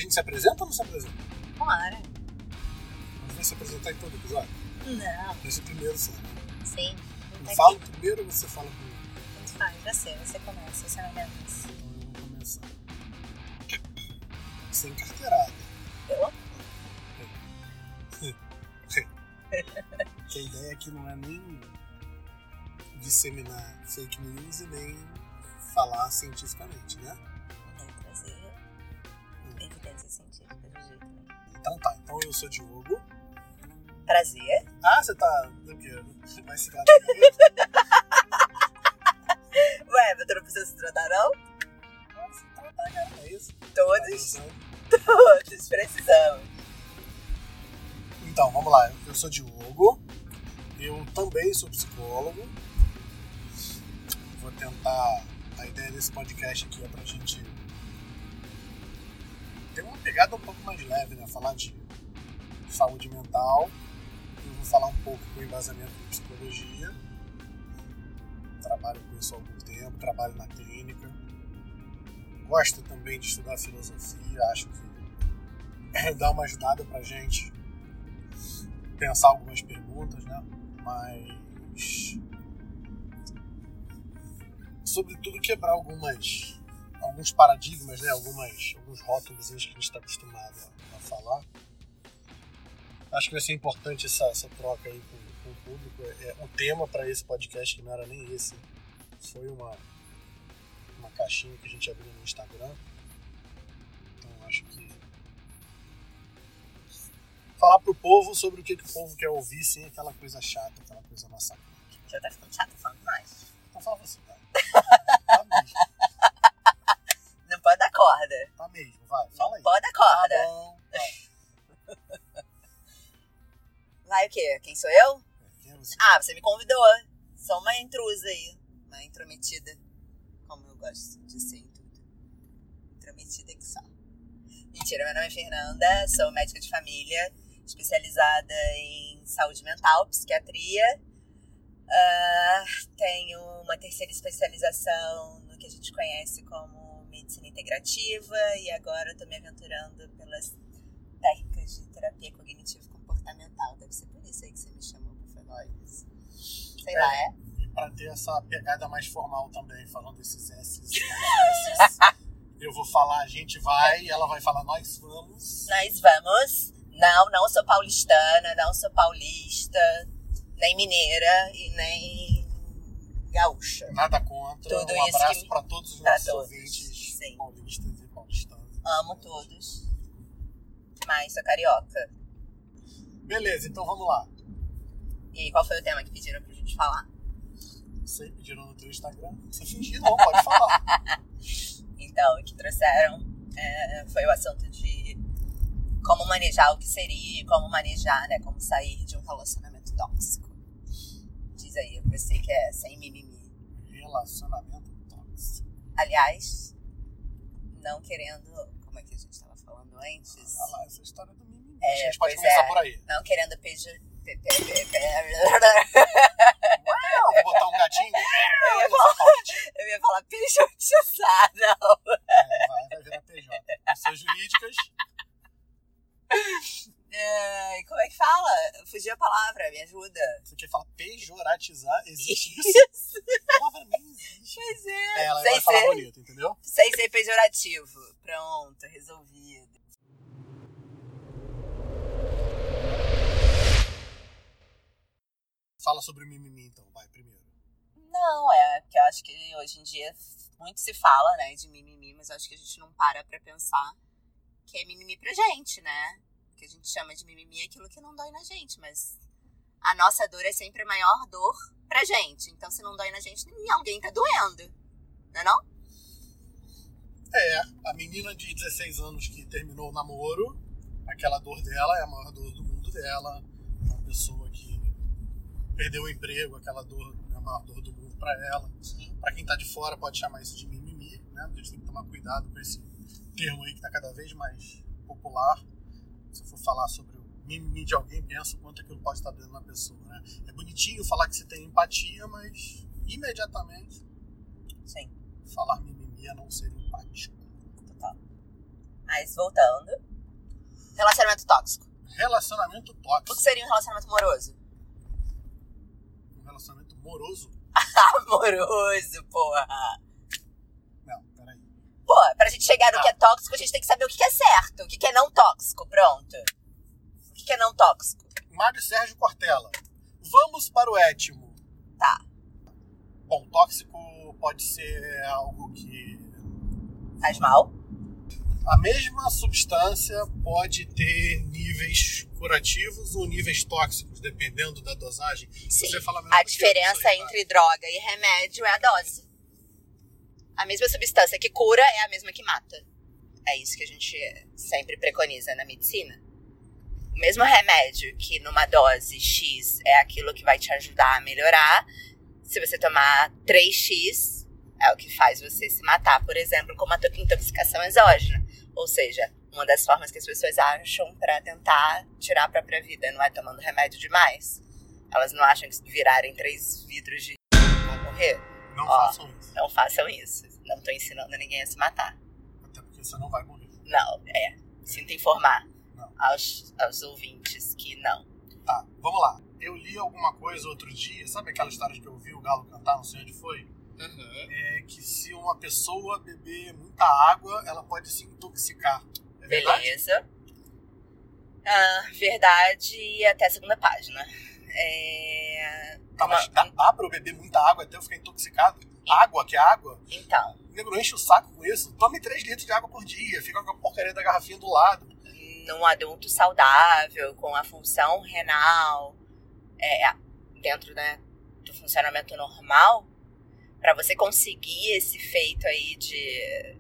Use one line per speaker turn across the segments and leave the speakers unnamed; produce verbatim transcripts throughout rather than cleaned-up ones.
gente se apresenta ou não se apresenta?
Claro.
Mas vai se apresentar em todo episódio?
Não.
Esse primeiro só, né?
Sim.
Eu falo primeiro ou você fala primeiro?
Tanto faz, você. Você começa, você não lembra isso.
Então eu vou começar. Sem carteirada.
Eu?
Que a ideia aqui não é nem disseminar fake news e nem falar cientificamente, né?
Nem trazer evidências científicas de jeito nenhum.
Então tá, então eu sou Diogo.
Prazer.
Ah, você tá... do quê? Vai se tratar comigo?
Ué, mas tu não precisa se tratar, não?
Vai se tratar, cara, é isso?
Todos,
Tá
todos precisamos.
Então, vamos lá. Eu sou Diogo. Eu também sou psicólogo. Vou tentar... A ideia desse podcast aqui é pra gente ter uma pegada um pouco mais leve, né? Falar de saúde mental. Eu vou falar um pouco com embasamento de psicologia. Trabalho com isso há algum tempo, trabalho na clínica. Gosto também de estudar filosofia. Acho que dá uma ajudada pra gente pensar algumas perguntas, né? Mas... sobretudo quebrar algumas, alguns paradigmas, né? Algumas, alguns rótulos que a gente está acostumado a, a falar. Acho que vai ser importante essa, essa troca aí com, com o público. É, o tema para esse podcast, que não era nem esse, foi uma, uma caixinha que a gente abriu no Instagram. Então acho que falar pro povo sobre o que, que o povo quer ouvir sem aquela coisa chata, aquela coisa massacrante.
Já tá ficando chato falando mais.
Então fala você, cara. Tá mesmo.
Não pode dar corda.
Tá mesmo, vai. Fala aí.
Não pode dar corda.
Tá bom, vai.
Vai o quê? Quem sou eu?
Quem é você?
Ah, você me convidou. Sou uma intrusa aí. Uma intrometida. Como eu gosto de ser em tudo. Intrometida que só. Mentira, meu nome é Fernanda. Sou médica de família. Especializada em saúde mental, psiquiatria. Uh, tenho uma terceira especialização no que a gente conhece como medicina integrativa. E agora estou me aventurando pelas técnicas de terapia cognitivo-comportamental. Deve ser por isso aí que você me chamou pra falar isso. Sei
É.
lá, é?
E para ter essa pegada mais formal também, falando esses S's e S's, eu vou falar a gente vai, e ela vai falar nós vamos.
Nós vamos. Não, não sou paulistana, não sou paulista, nem mineira e nem gaúcha.
Nada contra.
Tudo
um
isso
abraço
que-
para todos os
pra
nossos
todos,
ouvintes
sim.
paulistas e paulistanos.
Amo todos. Mas sou carioca.
Beleza, então vamos lá.
E aí, qual foi o tema que pediram pra gente falar?
Não sei, pediram no teu Instagram. Você fingir, não, pode falar.
Então, o que trouxeram é, foi o assunto de como manejar o que seria, como manejar, né? Como sair de um relacionamento tóxico. Diz aí, pra você que é sem mimimi.
Relacionamento tóxico.
Aliás, não querendo... Como é que a gente tava falando antes?
Olha lá, essa história do mimimi.
É,
a gente pode
pois
começar
é.
por aí.
Não querendo pedir... pe- pe- pe- pe-
Vou botar um gatinho.
Eu ia
nessa
falar,
parte.
eu ia falar pejotizar, não.
É, vai, vai virar P J. Pessoas jurídicas.
É, como é que fala? Fugiu a palavra, me ajuda.
Você quer falar pejoratizar? Existe isso?
Isso.
A palavra nem existe.
Pois é.
É, ela
Sem
vai falar
ser,
bonito, entendeu?
sem ser pejorativo. Pronto, resolvido.
Fala sobre o mimimi, então. Vai, primeiro.
Não, é porque eu acho que hoje em dia muito se fala, né, de mimimi, mas eu acho que a gente não para pra pensar que é mimimi pra gente, né? O que a gente chama de mimimi é aquilo que não dói na gente, mas a nossa dor é sempre a maior dor pra gente. Então, se não dói na gente, alguém tá doendo, não é não?
É, a menina de dezesseis anos que terminou o namoro, aquela dor dela é a maior dor do mundo dela. Uma pessoa que perdeu o emprego, aquela dor é a maior dor do mundo pra ela.
Sim.
Pra quem tá de fora pode chamar isso de mimimi, né? Porque a gente tem que tomar cuidado com esse termo aí que tá cada vez mais popular. Se eu for falar sobre o mimimi de alguém, pensa o quanto aquilo pode estar dando na pessoa, né? É bonitinho falar que você tem empatia, mas imediatamente
Sim,
falar mimimi é não ser empático.
total. Mas voltando. Relacionamento tóxico.
Relacionamento tóxico.
O que seria um relacionamento amoroso?
Um relacionamento moroso?
Amoroso, porra.
Não, peraí.
Pô, pra gente chegar no ah. que é tóxico, a gente tem que saber o que é certo. O que é não tóxico, pronto. O que é não tóxico?
Mário Sérgio Cortella. Vamos para o étimo.
Tá.
Bom, tóxico pode ser algo que...
faz mal.
A mesma substância pode ter níveis curativos ou níveis tóxicos, dependendo da dosagem.
Sim,
Você fala
a diferença aí, entre tá? droga e remédio é a dose. A mesma substância que cura é a mesma que mata. É isso que a gente sempre preconiza na medicina. O mesmo remédio que numa dose X é aquilo que vai te ajudar a melhorar, se você tomar três x, é o que faz você se matar, por exemplo, com uma intoxicação exógena. Ou seja, uma das formas que as pessoas acham pra tentar tirar a própria vida, não é tomando remédio demais. Elas não acham que virarem três vidros de vão morrer.
Não
Ó,
façam isso.
Não façam isso. Não tô ensinando ninguém a se matar.
Até porque você não vai morrer.
Não, é. Sinto informar
não. Aos,
aos ouvintes que não.
Tá, vamos lá. Eu li alguma coisa outro dia, sabe aquela história que eu ouvi o galo cantar, não sei onde foi?
Uhum.
É que se uma pessoa beber muita água, ela pode se intoxicar. É verdade?
Beleza. Ah, verdade até a segunda página. É...
Tá, mas dá, dá pra eu beber muita água até eu ficar intoxicado? Água, que é água?
Então.
O nego não enche o saco com isso. Tome três litros de água por dia, fica com a porcaria da garrafinha do lado.
Num adulto saudável, com a função renal, é, dentro, né, do funcionamento normal, para você conseguir esse efeito aí de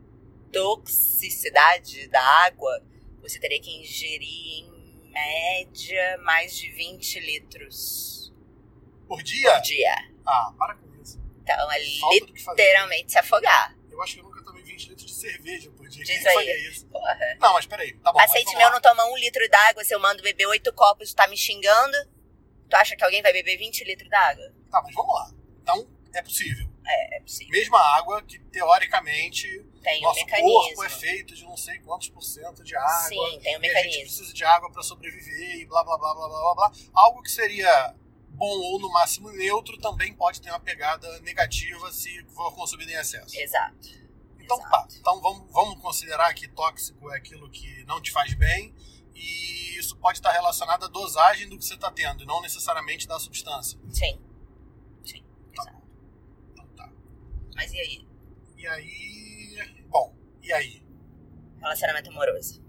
toxicidade da água, você teria que ingerir, em média, mais de vinte litros.
Por dia?
Por dia.
Ah, para com isso.
Então, é literalmente se afogar.
Eu acho que eu nunca tomei vinte litros de cerveja por dia.
Diz
Quem
aí.
faria isso?
Porra.
Não, mas peraí, tá bom.
Paciente meu não toma um litro d'água, se eu mando beber oito copos, tu tá me xingando? Tu acha que alguém vai beber vinte litros d'água?
Tá, mas vamos lá. Então, é possível.
É, é possível.
Mesma água que, teoricamente,
tem um
nosso
mecanismo.
corpo é feito de não sei quantos por cento de água.
Sim, tem um
e
mecanismo.
a gente precisa de água para sobreviver e blá, blá, blá, blá, blá, blá. Algo que seria bom ou, no máximo, neutro, também pode ter uma pegada negativa se for consumido em excesso.
Exato.
Então,
Exato.
tá. Então, vamos, vamos considerar que tóxico é aquilo que não te faz bem e isso pode estar relacionado à dosagem do que você está tendo e não necessariamente da substância.
Sim. Sim,
tá.
Exato.
Então, tá.
Mas e aí?
E aí... Bom, e aí?
Relacionamento amoroso.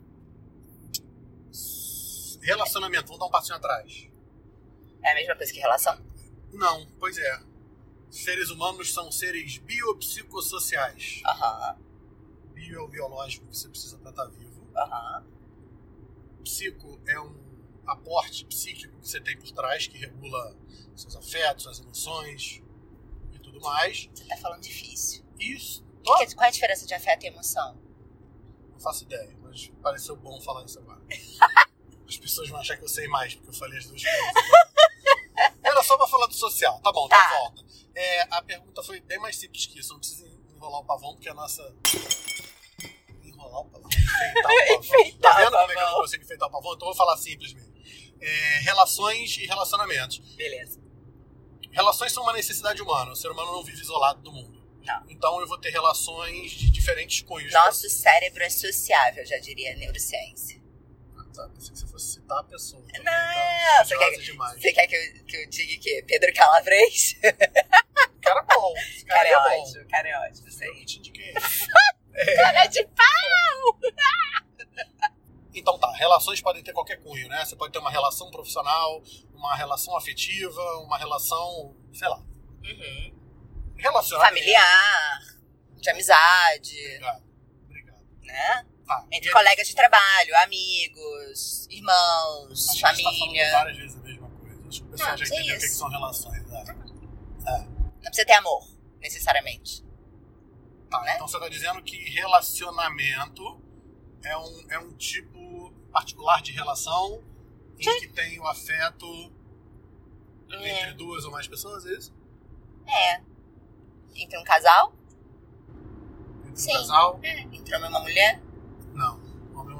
Relacionamento, vamos dar um passinho atrás.
É a mesma coisa que relação?
Não, pois é. Seres humanos são seres biopsicossociais.
Aham.
Uhum. Bio é o biológico que você precisa para estar vivo.
Aham.
Uhum. Psico é um aporte psíquico que você tem por trás, que regula seus afetos, suas emoções e tudo mais.
Você tá falando difícil.
Isso.
Que que é, qual é a diferença de afeto e emoção?
Não faço ideia, mas pareceu bom falar isso agora. As pessoas vão achar que eu sei mais, porque eu falei as duas coisas. Era só pra falar do social. Tá bom,
tá.
De volta. É, a pergunta foi bem mais simples que isso. Não precisa enrolar o pavão, porque a nossa... Enrolar o pavão? Enfeitar o pavão.
Enfeitar
tá vendo
o pavão.
como é que eu não consigo enfeitar o pavão? Então eu vou falar simples mesmo. É, relações e relacionamentos.
Beleza.
Relações são uma necessidade humana. O ser humano não vive isolado do mundo.
Não.
Então eu vou ter relações de diferentes cunhos.
Nosso cérebro é sociável, já diria a neurociência.
Tá, pensei que você fosse citar a pessoa.
Não,
tá
você, quer,
demais.
você quer que eu, que eu diga que Pedro Calabres?
Cara bom. Esse cara,
cara é,
é
ótimo,
bom.
cara é ótimo, isso
Eu
aí.
te indiquei.
É. Cara de pau!
Então tá, relações podem ter qualquer cunho, né? Você pode ter uma relação profissional, uma relação afetiva, uma relação, sei lá.
Uhum.
Relacionamento.
Familiar, de amizade.
Obrigado, obrigado.
Né?
Tá,
Entre
e
colegas de trabalho, amigos, irmãos,
acho
família.
Que a gente tá falando várias vezes a mesma coisa. Acho que o pessoal
Não,
já
sei
entendeu o que,
isso.
que são relações. Né? É.
Não precisa ter amor, necessariamente.
Tá,
né?
Então você tá dizendo que relacionamento é um, é um tipo particular de relação em
Sim.
que tem o afeto
É.
entre duas ou mais pessoas, é isso?
É. Entre um casal?
Entre
Sim.
um casal?
É. Entre homem e uma mulher?
Não.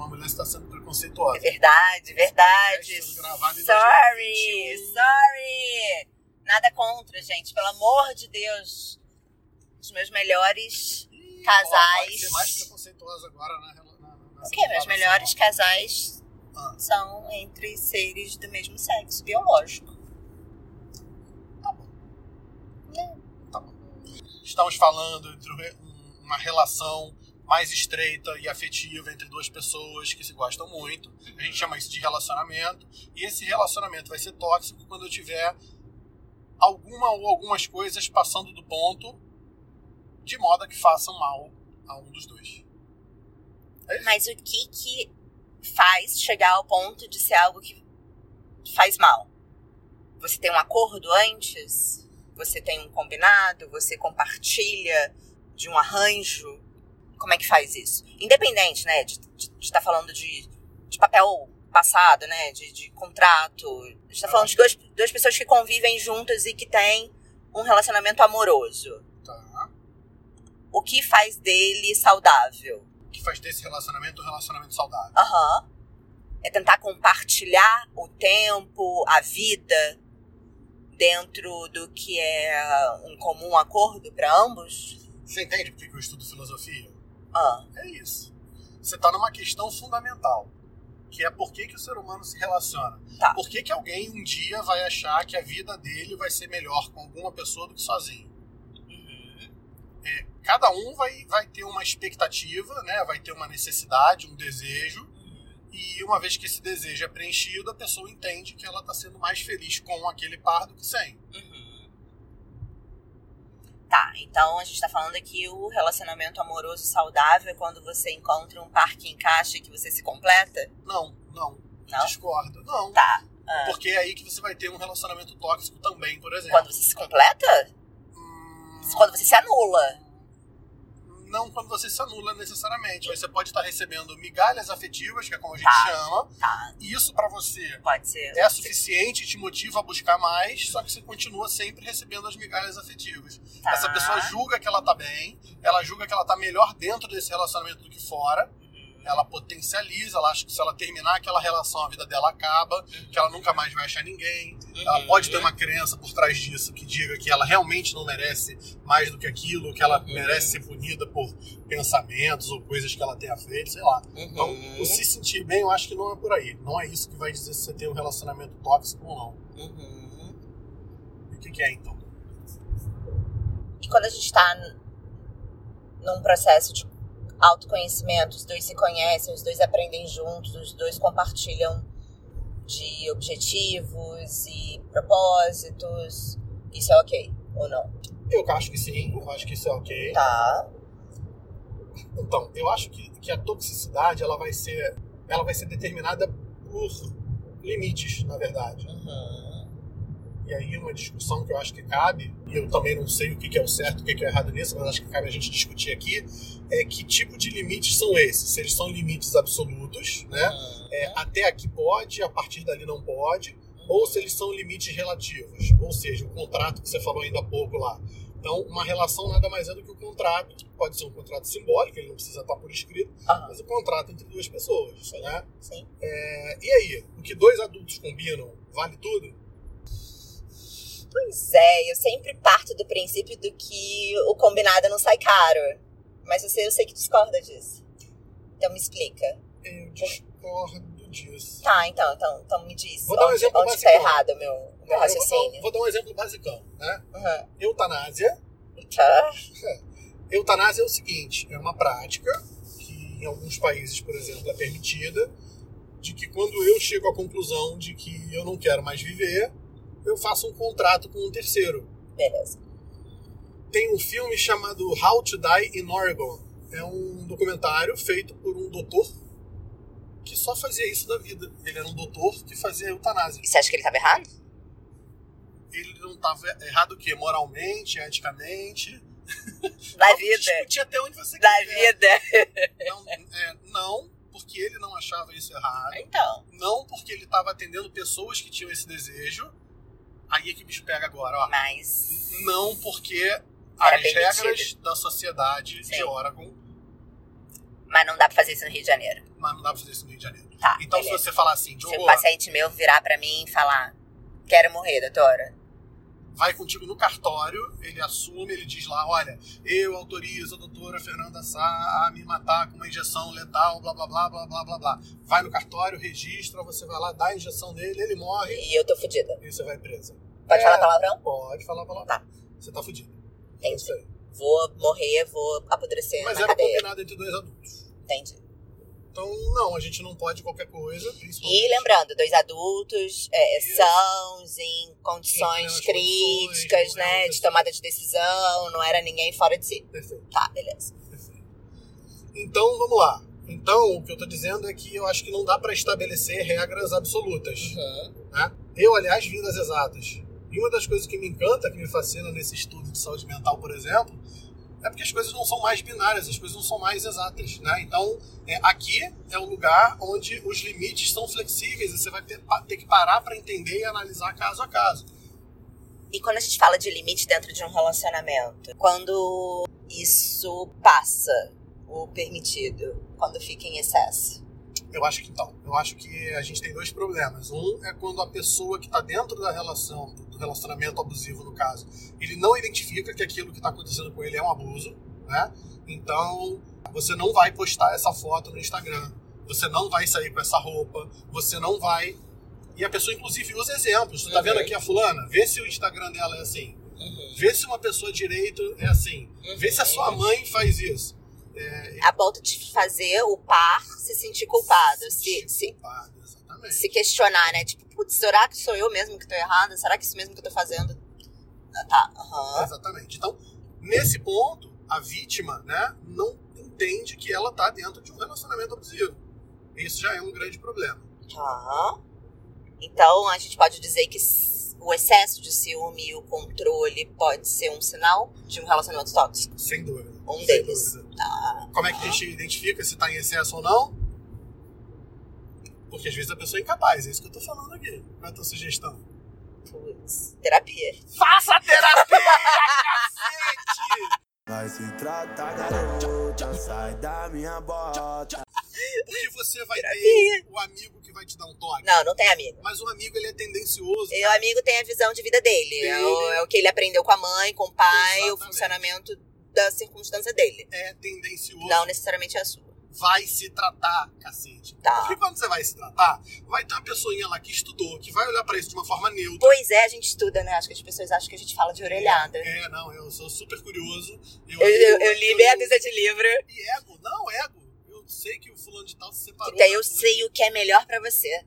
uma mulher está sendo preconceituosa.
É verdade, verdade.
É gravado em
sorry,
dois mil e vinte e um.
sorry. Nada contra, gente. Pelo amor de Deus. Os meus melhores
Ih,
casais...
Ó, pode ser mais preconceituosa agora, né? Na, na,
O quê? Meus melhores casais
ah.
são entre seres do mesmo sexo, biológico.
Tá bom. É. Tá bom. Estamos falando entre uma relação mais estreita e afetiva entre duas pessoas que se gostam muito. A gente chama isso de relacionamento. E esse relacionamento vai ser tóxico quando eu tiver alguma ou algumas coisas passando do ponto de modo que façam mal a um dos dois. É isso?
Mas o que que faz chegar ao ponto de ser algo que faz mal? Você tem um acordo antes? Você tem um combinado? Você compartilha de um arranjo? Como é que faz isso? Independente, né, de estar tá falando de, de papel passado, né, de, de contrato. A gente está falando de duas, duas pessoas que convivem juntas e que têm um relacionamento amoroso.
Tá.
O que faz dele saudável?
O que faz desse relacionamento um relacionamento saudável?
Aham. Uhum. É tentar compartilhar o tempo, a vida, dentro do que é um comum acordo para ambos?
Você entende por que eu estudo filosofia?
Ah.
É isso. Você está numa questão fundamental, que é por que, que o ser humano se relaciona.
Tá.
Por que, que alguém um dia vai achar que a vida dele vai ser melhor com alguma pessoa do que sozinho?
Uhum.
É, cada um vai, vai ter uma expectativa, né? Vai ter uma necessidade, um desejo, uhum. E uma vez que esse desejo é preenchido, a pessoa entende que ela está sendo mais feliz com aquele par do que sem.
Uhum. Tá, então a gente tá falando aqui o relacionamento amoroso saudável é quando você encontra um par que encaixa e que você se completa?
Não, não.
Não?
Discordo. Não.
Tá. Ah.
Porque é aí que você vai ter um relacionamento tóxico também, por exemplo.
Quando você se completa?
Hum...
Quando você se anula?
Não quando você se anula necessariamente. Mas você pode estar recebendo migalhas afetivas, que é como a gente
tá.
chama.
Tá.
E isso pra você
pode ser.
é suficiente, te motiva a buscar mais, só que você continua sempre recebendo as migalhas afetivas.
Tá.
Essa pessoa julga que ela tá bem, ela julga que ela tá melhor dentro desse relacionamento do que fora. Ela potencializa, ela acha que se ela terminar aquela relação, a vida dela acaba, uhum. que ela nunca mais vai achar ninguém. Uhum. Ela pode ter uma crença por trás disso que diga que ela realmente não merece mais do que aquilo, que ela uhum. merece ser punida por pensamentos ou coisas que ela tenha feito, sei lá. Uhum. Então, o se sentir bem, eu acho que não é por aí. Não é isso que vai dizer se você tem um relacionamento tóxico ou não.
Uhum.
E o que, que é, então?
Que quando a gente tá num processo de autoconhecimento, os dois se conhecem, os dois aprendem juntos, os dois compartilham de objetivos e propósitos. Isso é ok ou não?
Eu acho que sim, eu acho que isso é ok.
Tá.
Então, eu acho que, que a toxicidade ela vai ser, ela vai ser determinada por limites, na verdade.
Uhum.
E aí uma discussão que eu acho que cabe, e eu também não sei o que é o certo e o que é o errado nisso, mas acho que cabe a gente discutir aqui, é que tipo de limites são esses? Se eles são limites absolutos, né?
Uhum.
É, até aqui pode, a partir dali não pode, uhum. ou se eles são limites relativos, ou seja, o contrato que você falou ainda há pouco lá. Então, uma relação nada mais é do que o contrato, pode ser um contrato simbólico, ele não precisa estar por escrito, uhum. mas o contrato entre duas pessoas,
sim,
né?
Sim.
É, e aí, o que dois adultos combinam, vale tudo?
Pois é, eu sempre parto do princípio do que o combinado não sai caro. Mas você, eu sei que discorda disso. Então me explica.
Eu discordo disso.
Tá, então, então, então me diz.
Vou dar um
onde
exemplo
onde está errado o meu, o meu
não,
raciocínio?
Vou dar, vou dar um exemplo basicão, né?
Uhum.
Eutanásia.
Tá.
Eutanásia é o seguinte, é uma prática que em alguns países, por exemplo, é permitida, de que quando eu chego à conclusão de que eu não quero mais viver, eu faço um contrato com um terceiro.
Beleza.
Tem um filme chamado How to Die in Oregon. É um documentário feito por um doutor que só fazia isso da vida. Ele era um doutor que fazia eutanásia.
E você acha que ele estava errado?
Ele não estava errado o quê? Moralmente, eticamente?
Da vida.
Discutir até onde você
da
quiser.
vida.
Não, é, não, porque ele não achava isso errado.
Então.
Não porque ele estava atendendo pessoas que tinham esse desejo. Aí é que o bicho pega agora, ó.
Mas...
Não porque
Era
as
permitido.
regras da sociedade
Sim.
de Oregon
Mas não dá pra fazer isso no Rio de Janeiro.
Mas não dá pra fazer isso no Rio de Janeiro.
Tá,
então,
beleza.
se você falar assim,
Se
Diogo,
um paciente meu virar pra mim e falar, quero morrer, doutora.
vai contigo no cartório, ele assume, ele diz lá, olha, eu autorizo a doutora Fernanda Sá a me matar com uma injeção letal, blá, blá, blá, blá, blá, blá, blá. Vai no cartório, registra, você vai lá, dá a injeção nele, ele morre.
E eu tô fudida.
E você vai presa.
Pode
é,
falar palavrão?
Pode falar palavrão.
Tá.
Você tá fudido.
Entendi.
É isso aí.
Vou morrer, vou apodrecer
Mas
na
era
cadeia.
combinado entre dois adultos.
Entendi.
Então, não, a gente não pode qualquer coisa, principalmente...
E lembrando, dois adultos é, sãos, em condições
Em plenas
críticas,
condições, não é
né?
uma
De
pessoa-
tomada de decisão, não era ninguém fora de si.
Perfeito,
Tá, beleza.
perfeito. Então, vamos lá. Então, o que eu tô dizendo é que eu acho que não dá pra estabelecer regras absolutas.
Uhum.
Né? Eu, aliás, vim das exatas. E uma das coisas que me encanta, que me fascina nesse estudo de saúde mental, por exemplo, é porque as coisas não são mais binárias, as coisas não são mais exatas. Né? Então, é, aqui é o lugar onde os limites são flexíveis, e você vai ter, ter que parar para entender e analisar caso a caso.
E quando a gente fala de limite dentro de um relacionamento, quando isso passa o permitido, quando fica em excesso?
Eu acho que então, eu acho que a gente tem dois problemas. Um é quando a pessoa que está dentro da relação, do relacionamento abusivo no caso, ele não identifica que aquilo que está acontecendo com ele é um abuso, né? Então, você não vai postar essa foto no Instagram, você não vai sair com essa roupa, você não vai... E a pessoa, inclusive, usa exemplos. Tu tá
Uhum.
vendo aqui a fulana? Vê se o Instagram dela é assim.
Uhum.
Vê se uma pessoa direito é assim.
Uhum.
Vê se a sua mãe faz isso. É,
A ponto de fazer o par se sentir culpado, se, se,
culpado, exatamente.
se questionar, né? Tipo, putz, será que sou eu mesmo que tô errada? Será que é isso mesmo que eu tô fazendo? Ah, tá, aham.
Exatamente. Então, nesse ponto, a vítima, né, não entende que ela está dentro de um relacionamento abusivo. Isso já é um grande problema.
Tá. Então, a gente pode dizer que o excesso de ciúme e o controle pode ser um sinal de um relacionamento tóxico.
Sem dúvida.
Um
Sem
deles.
dúvida.
Tá.
Como é que a gente identifica se está em excesso ou não? Porque às vezes a pessoa é incapaz. É isso que eu estou falando aqui. Qual é a tua sugestão?
Putz, terapia.
Faça terapia, cacete!
Vai se tratar, garota, sai da minha bota.
Porque você vai
Terapia.
ter o amigo que vai te dar um toque.
Não, não tem amigo.
Mas o amigo, ele é tendencioso.
E o amigo tem a visão de vida dele. É o,
Dele.
é o que ele aprendeu com a mãe, com o pai,
Exatamente.
o funcionamento da circunstância dele.
É tendencioso.
Não necessariamente a sua.
Vai se tratar, cacete.
Tá.
Porque quando você vai se tratar, vai ter uma pessoinha lá que estudou, que vai olhar pra isso de uma forma neutra.
Pois é, a gente estuda, né? Acho que as pessoas acham que a gente fala de orelhada.
É, não, eu sou super curioso. Eu,
Eu, eu, eu li meia dúzia de livro.
E ego, não, ego. Eu sei que o fulano de tal se separou.
Que daí eu
da fulana.
sei o que é melhor pra você.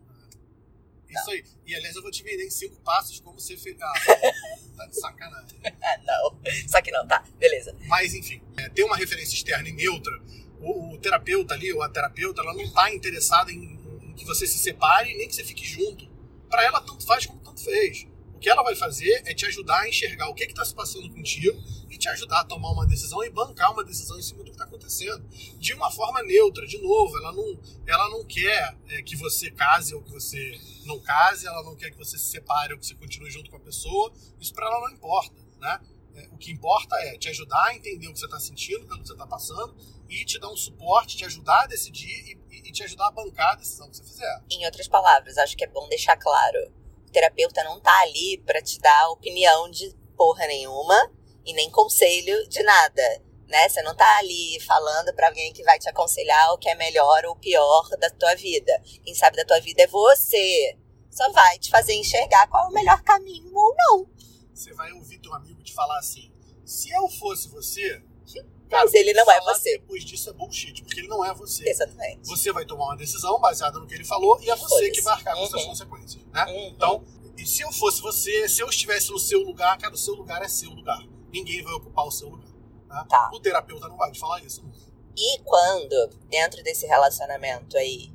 Isso aí. E aliás, eu vou te vender em cinco passos como ser feliz. Ah, tá de sacanagem.
Ah, não. Só que não, tá. Beleza.
Mas, enfim, é, ter uma referência externa e neutra, o, o terapeuta ali, ou a terapeuta, ela não tá interessada em, em que você se separe nem que você fique junto. Pra ela, tanto faz como tanto fez. O que ela vai fazer é te ajudar a enxergar o que que tá se passando contigo e te ajudar a tomar uma decisão e bancar uma decisão em cima do que tá acontecendo. De uma forma neutra, de novo, ela não, ela não quer é, que você case ou que você não case, ela não quer que você se separe ou que você continue junto com a pessoa. Isso pra ela não importa, né? É, o que importa é te ajudar a entender o que você tá sentindo, pelo que você tá passando, e te dar um suporte, te ajudar a decidir e, e te ajudar a bancar a decisão que você fizer.
Em outras palavras, acho que é bom deixar claro. O terapeuta não tá ali pra te dar opinião de porra nenhuma e nem conselho de nada, né? Você não tá ali falando pra alguém que vai te aconselhar o que é melhor ou pior da tua vida. Quem sabe da tua vida é você. Só vai te fazer enxergar qual é o melhor caminho ou não.
Você vai ouvir teu amigo te falar assim, se eu fosse você...
Mas ele não é
falar
você.
Depois disso é bullshit, porque ele não é você.
Exatamente.
Você vai tomar uma decisão baseada no que ele falou e é você
Foda-se.
que vai arcar com
Uhum.
essas consequências, né?
Uhum.
Então, e se eu fosse você, se eu estivesse no seu lugar, cara, o seu lugar é seu lugar. Ninguém vai ocupar o seu lugar. Né?
Tá.
O terapeuta não vai te falar isso.
E quando, dentro desse relacionamento aí,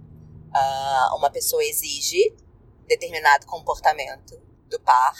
ah, uma pessoa exige determinado comportamento do par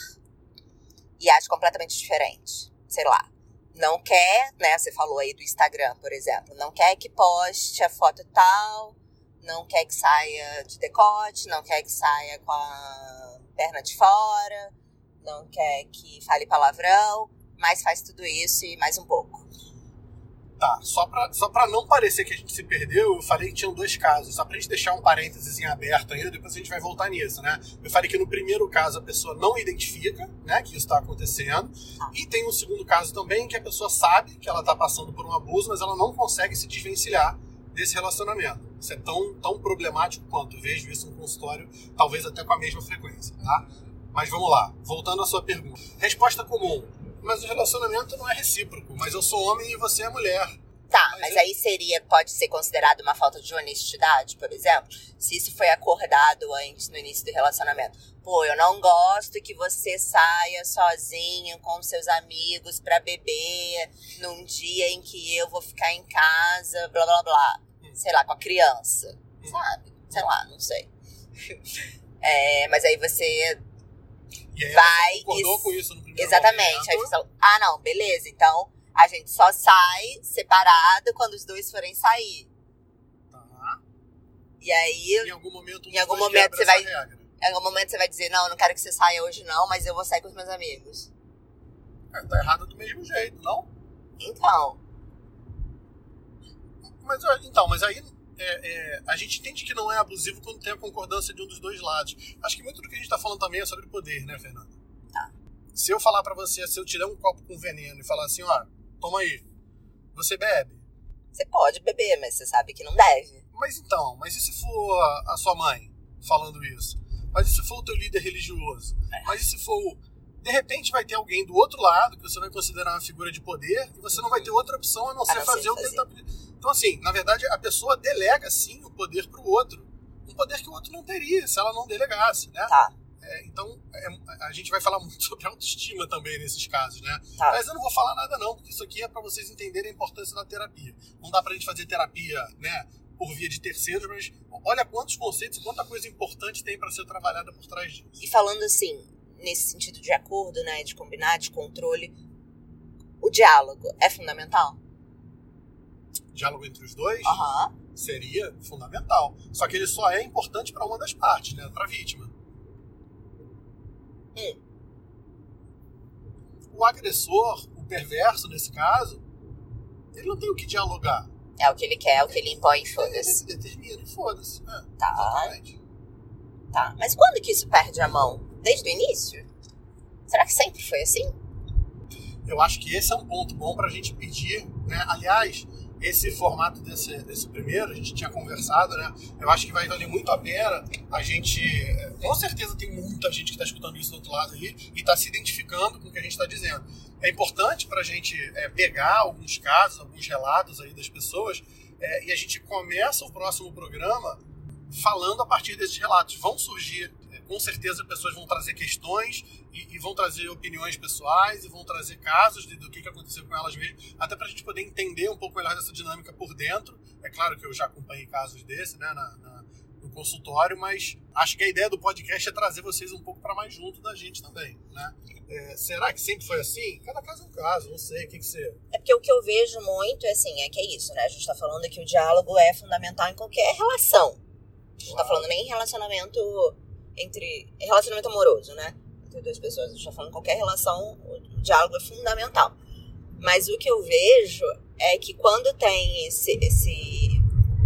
e age completamente diferente, sei lá, não quer, né, você falou aí do Instagram, por exemplo, não quer que poste a foto tal, não quer que saia de decote, não quer que saia com a perna de fora, não quer que fale palavrão, mas faz tudo isso e mais um pouco.
Tá, só pra, só pra não parecer que a gente se perdeu, eu falei que tinham dois casos. Só pra gente deixar um parênteses em aberto ainda, depois a gente vai voltar nisso, né? Eu falei que no primeiro caso a pessoa não identifica, né, que isso tá acontecendo. E tem um segundo caso também que a pessoa sabe que ela tá passando por um abuso, mas ela não consegue se desvencilhar desse relacionamento. Isso é tão, tão problemático quanto. Eu vejo isso no consultório, talvez até com a mesma frequência, tá? Mas vamos lá, voltando à sua pergunta. Resposta comum. Mas o relacionamento não é recíproco. Mas eu sou homem e você é mulher.
Tá, mas,
mas
eu... aí seria, pode ser considerado uma falta de honestidade, por exemplo? Se isso foi acordado antes, no início do relacionamento. Pô, eu não gosto que você saia sozinho com seus amigos pra beber num dia em que eu vou ficar em casa, blá, blá, blá. Hum. Sei lá, com a criança. Hum. Sabe? Sei lá, não sei. É, mas aí você...
E aí
vai
você concordou
e...
com isso no primeiro
Exatamente.
momento?
Aí você fala, ah, não, beleza. Então, a gente só sai separado quando os dois forem sair.
Tá.
E aí...
Em algum momento, um
em algum
dos dois
momento
quebra
você vai...
essa regra.
Em algum momento você vai dizer, não, eu não quero que você saia hoje não, mas eu vou sair com os meus amigos.
É, tá errado do mesmo jeito, não?
Então...
Mas, então, mas aí... É, é, a gente entende que não é abusivo quando tem a concordância de um dos dois lados. Acho que muito do que a gente tá falando também é sobre poder, né, Fernanda?
Tá.
Se eu falar pra você, se eu te der um copo com veneno e falar assim, ó, toma aí, você bebe?
Você pode beber, mas você sabe que não deve.
Mas então, mas e se for a, a sua mãe falando isso? Mas e se for o teu líder religioso? É. Mas e se for... De repente vai ter alguém do outro lado que você vai considerar uma figura de poder e você não vai ter outra opção a não ser a não fazer o que ele tá pedindo. Então, assim, na verdade, a pessoa delega, sim, o poder pro outro. Um poder que o outro não teria se ela não delegasse, né?
Tá.
É, então, é, a gente vai falar muito sobre autoestima também nesses casos, né?
Tá.
Mas eu não vou falar nada não, porque isso aqui é para vocês entenderem a importância da terapia. Não dá pra gente fazer terapia, né, por via de terceiros, mas olha quantos conceitos e quanta coisa importante tem para ser trabalhada por trás disso.
E falando assim, nesse sentido de acordo, né, de combinar, de controle, o diálogo é fundamental?
Diálogo entre os dois
uhum.
seria fundamental. Só que ele só é importante para uma das partes, né? Para a vítima.
Hum.
O agressor, o perverso nesse caso, ele não tem o que dialogar.
É o que ele quer, é o que ele impõe, foda-se.
Ele determina e foda-se. É,
tá.
Exatamente.
Tá. Mas quando que isso perde a mão? Desde o início? Será que sempre foi assim?
Eu acho que esse é um ponto bom pra gente pedir, né? Aliás, esse formato desse, desse primeiro, a gente tinha conversado, né? Eu acho que vai valer muito a pena a gente... Com certeza tem muita gente que está escutando isso do outro lado aí e está se identificando com o que a gente está dizendo. É importante pra gente é, pegar alguns casos, alguns relatos aí das pessoas é, e a gente começa o próximo programa falando a partir desses relatos. Vão surgir, é, com certeza, pessoas vão trazer questões e, e vão trazer opiniões pessoais e vão trazer casos de, do que, que aconteceu com elas mesmas, até pra gente poder entender um pouco melhor dessa dinâmica por dentro. É claro que eu já acompanhei casos desse, né, na, na, no consultório, mas acho que a ideia do podcast é trazer vocês um pouco para mais junto da gente também, né? É, será que sempre foi assim? Cada caso é um caso, não sei, o que que você...
É porque o que eu vejo muito, é assim, é que é isso, né? A gente tá falando que o diálogo é fundamental em qualquer relação. A gente não tá falando nem em relacionamento entre... relacionamento amoroso, né? Entre duas pessoas. A gente tá falando em qualquer relação, o diálogo é fundamental. Mas o que eu vejo é que quando tem esse... esse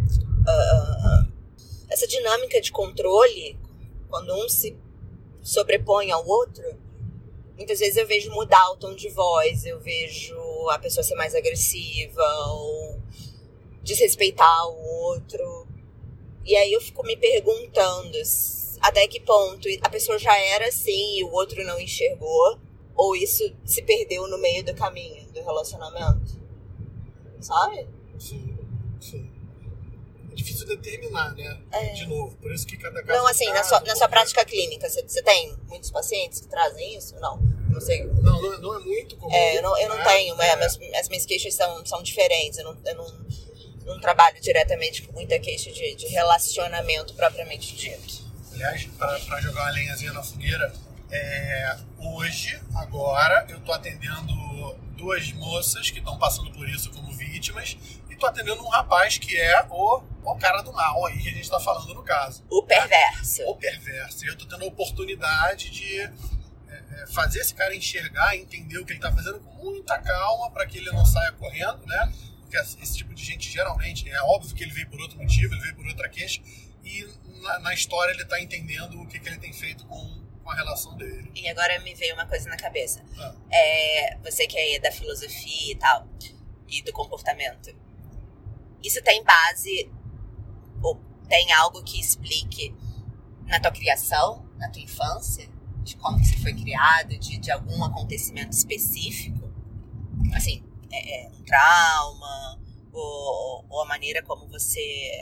uh, essa dinâmica de controle, quando um se sobrepõe ao outro, muitas vezes eu vejo mudar o tom de voz, eu vejo a pessoa ser mais agressiva ou desrespeitar o outro. E aí eu fico me perguntando até que ponto a pessoa já era assim e o outro não enxergou, ou isso se perdeu no meio do caminho do relacionamento, sabe?
Sim, sim. É difícil determinar, né?
É.
De novo, por isso que cada caso...
Não, assim,
caso,
na sua, na sua
porque...
prática clínica, você, você tem muitos pacientes que trazem isso? Não, não sei.
Não, não é, não é muito comum.
É, eu não, eu não
né?
tenho,
é.
as, as minhas queixas são, são diferentes, eu não, eu não, não trabalho diretamente com muita queixa de, de relacionamento propriamente dito.
Aliás, para jogar uma lenhazinha na fogueira, é, hoje, agora, eu tô atendendo duas moças que estão passando por isso como vítimas e tô atendendo um rapaz que é o, o cara do mal aí que a gente tá falando no caso.
O perverso.
É, o perverso. E eu tô tendo a oportunidade de é, fazer esse cara enxergar, entender o que ele tá fazendo com muita calma para que ele não saia correndo, né? porque esse tipo de gente geralmente, é óbvio que ele veio por outro motivo, ele veio por outra queixa, e na, na história ele tá entendendo o que, que ele tem feito com, com a relação dele.
E agora me veio uma coisa na cabeça.
Ah.
É, você que é da filosofia e tal, e do comportamento. Isso tem base, ou tem algo que explique na tua criação, na tua infância, de como você foi criado, de, de algum acontecimento específico? Assim, é, é um trauma, ou, ou a maneira como você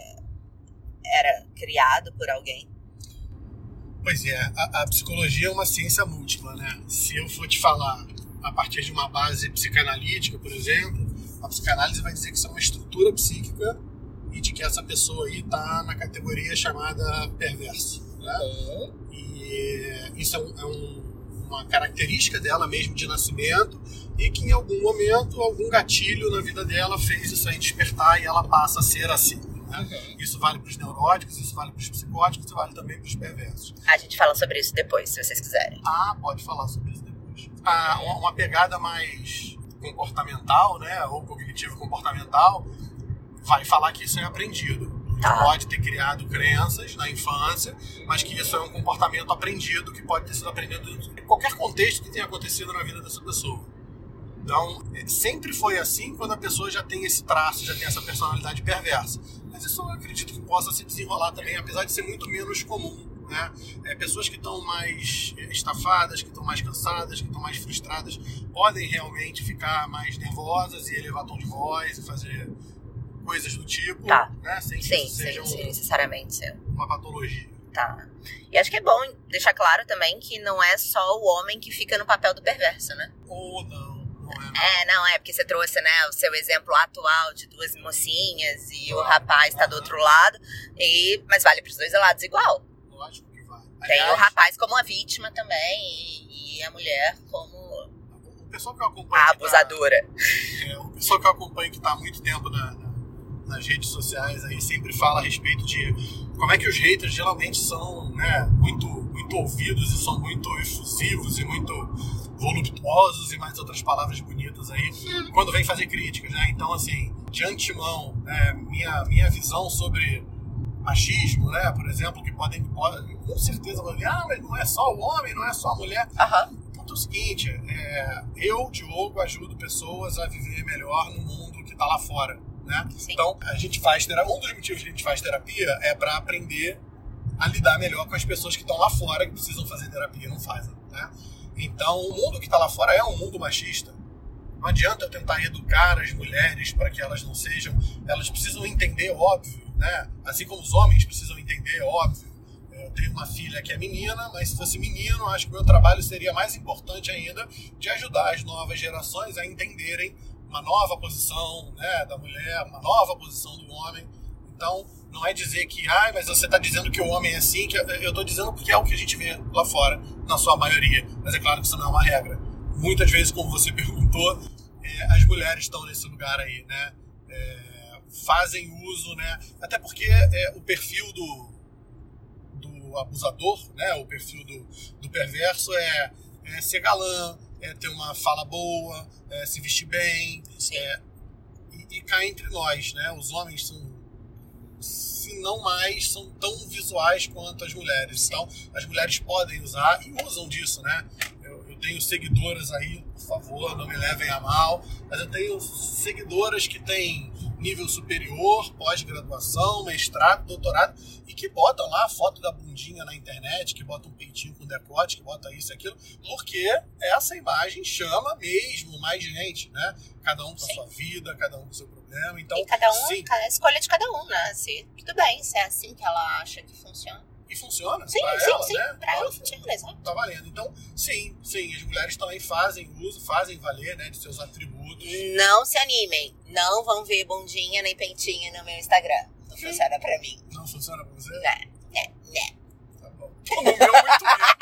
era criado por alguém?
Pois é, a, a psicologia é uma ciência múltipla, né? Se eu for te falar a partir de uma base psicanalítica, por exemplo, a psicanálise vai dizer que isso é uma estrutura psíquica e de que essa pessoa aí está na categoria chamada perverso, né?
Uhum.
E isso é, um, é um, uma característica dela mesmo de nascimento e que em algum momento, algum gatilho na vida dela fez isso aí despertar e ela passa a ser assim, né? Uhum. Isso vale para os neuróticos, isso vale para os psicóticos, isso vale também para os perversos.
A gente fala sobre isso depois, se vocês quiserem.
Ah, pode falar sobre isso depois. Ah, uma, uma pegada mais comportamental, né, ou cognitivo-comportamental, vai falar que isso é aprendido.
Tá.
Pode ter criado crenças na infância, mas que isso é um comportamento aprendido, que pode ter sido aprendido em qualquer contexto que tenha acontecido na vida dessa pessoa. Então, sempre foi assim quando a pessoa já tem esse traço, já tem essa personalidade perversa. Mas isso eu acredito que possa se desenrolar também, apesar de ser muito menos comum, né? É, pessoas que estão mais estafadas, que estão mais cansadas, que estão mais frustradas, podem realmente ficar mais nervosas e elevar tom de voz e fazer coisas do tipo,
tá.
né? Sem que
sim,
isso seja
sim,
um,
sim, necessariamente.
uma patologia.
Tá. E acho que é bom deixar claro também que não é só o homem que fica no papel do perverso, né?
Ou não, não é. Não.
É, não, é porque você trouxe, né, o seu exemplo atual de duas mocinhas e o rapaz tá do outro lado, e, mas vale pros dois lados igual.
Lógico que vale.
Tem
Aliás,
o rapaz como a vítima também e, e a mulher como
o pessoal que eu acompanho
a
que
abusadora.
Tá, é, o pessoal que eu acompanho que está há muito tempo na, na, nas redes sociais aí sempre fala a respeito de como é que os haters geralmente são, né, muito, muito ouvidos e são muito efusivos e muito voluptuosos e mais outras palavras bonitas aí hum. quando vem fazer críticas, né? Então, assim, de antemão, né, minha, minha visão sobre machismo, né, por exemplo, que podem, podem com certeza vão dizer, ah, mas não é só o homem, não é só a mulher.
Uhum.
O ponto é o seguinte, é, eu, Diogo, ajudo pessoas a viver melhor no mundo que está lá fora, né? Então, a gente faz terapia, um dos motivos que a gente faz terapia é para aprender a lidar melhor com as pessoas que estão lá fora, que precisam fazer terapia e não fazem, né? Então, o mundo que está lá fora é um mundo machista. Não adianta eu tentar educar as mulheres para que elas não sejam... Elas precisam entender, óbvio, né? Assim como os homens precisam entender, óbvio. Eu tenho uma filha que é menina, mas se fosse menino, acho que o meu trabalho seria mais importante ainda de ajudar as novas gerações a entenderem uma nova posição, né, da mulher, uma nova posição do homem. Então, não é dizer que, ah, mas você está dizendo que o homem é assim, que eu estou dizendo porque é o que a gente vê lá fora, na sua maioria. Mas é claro que isso não é uma regra. Muitas vezes, como você perguntou, é, as mulheres estão nesse lugar aí, né? É, fazem uso, né? Até porque é, o perfil do, do abusador, né? O perfil do, do perverso é, é ser galã, é ter uma fala boa, é se vestir bem, é, e, e cá entre nós, né? Os homens são, se não mais, são tão visuais quanto as mulheres. Sim. Então, as mulheres podem usar e usam disso, né? Eu, eu tenho seguidoras aí, por favor, não me levem a mal, mas eu tenho seguidoras que têm nível superior, pós-graduação, mestrado, doutorado, e que botam lá a foto da bundinha na internet, que botam um peitinho com decote, que botam isso e aquilo, porque essa imagem chama mesmo mais gente, né? Cada um com a sua vida, cada um com o seu problema. Então,
e cada um,
sim.
cada escolha de cada um, né? Se, tudo bem, se é assim que ela acha que funciona.
E funciona?
Sim,
pra
sim,
ela,
sim.
Né?
Pra ela funciona, exato.
Tá valendo. Então, sim, sim, as mulheres também fazem uso, fazem valer, né, de seus atributos.
Não se animem. Não vão ver bundinha nem pentinha no meu Instagram. Não
Sim.
funciona pra mim.
Não funciona pra você?
Não, não, não.
Tá bom. No meu, muito menos.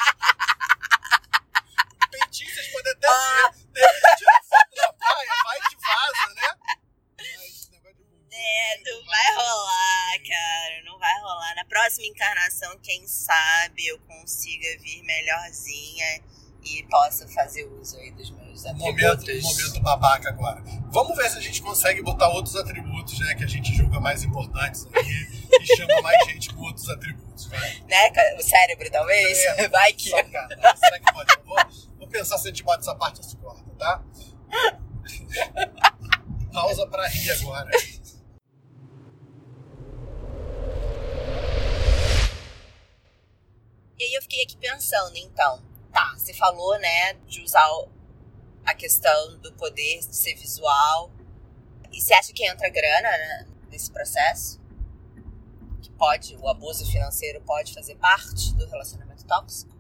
Pentinho, vocês podem até
Ah.
ver. De repente, tira foto na praia, vai e te vaza, né? Mas esse negócio de bundinha,
É, não vai rolar, cara. Não vai rolar. Na próxima encarnação, quem sabe eu consiga vir melhorzinha e possa fazer uso aí dos meus
Momento,
atributos.
momento babaca agora. Vamos ver se a gente consegue botar outros atributos, né, que a gente julga mais importantes aqui e chama mais gente com outros atributos, vai.
Né? O cérebro, talvez?
É,
vai que...
Sacanagem. Será que pode? Eu vou, vou pensar se a gente bota essa parte nessa corta, tá? Pausa pra rir agora.
E aí eu fiquei aqui pensando, então, tá, você falou, né, de usar a questão do poder de ser visual. E você acha que entra grana, né, nesse processo? Que pode, o abuso financeiro pode fazer parte do relacionamento tóxico?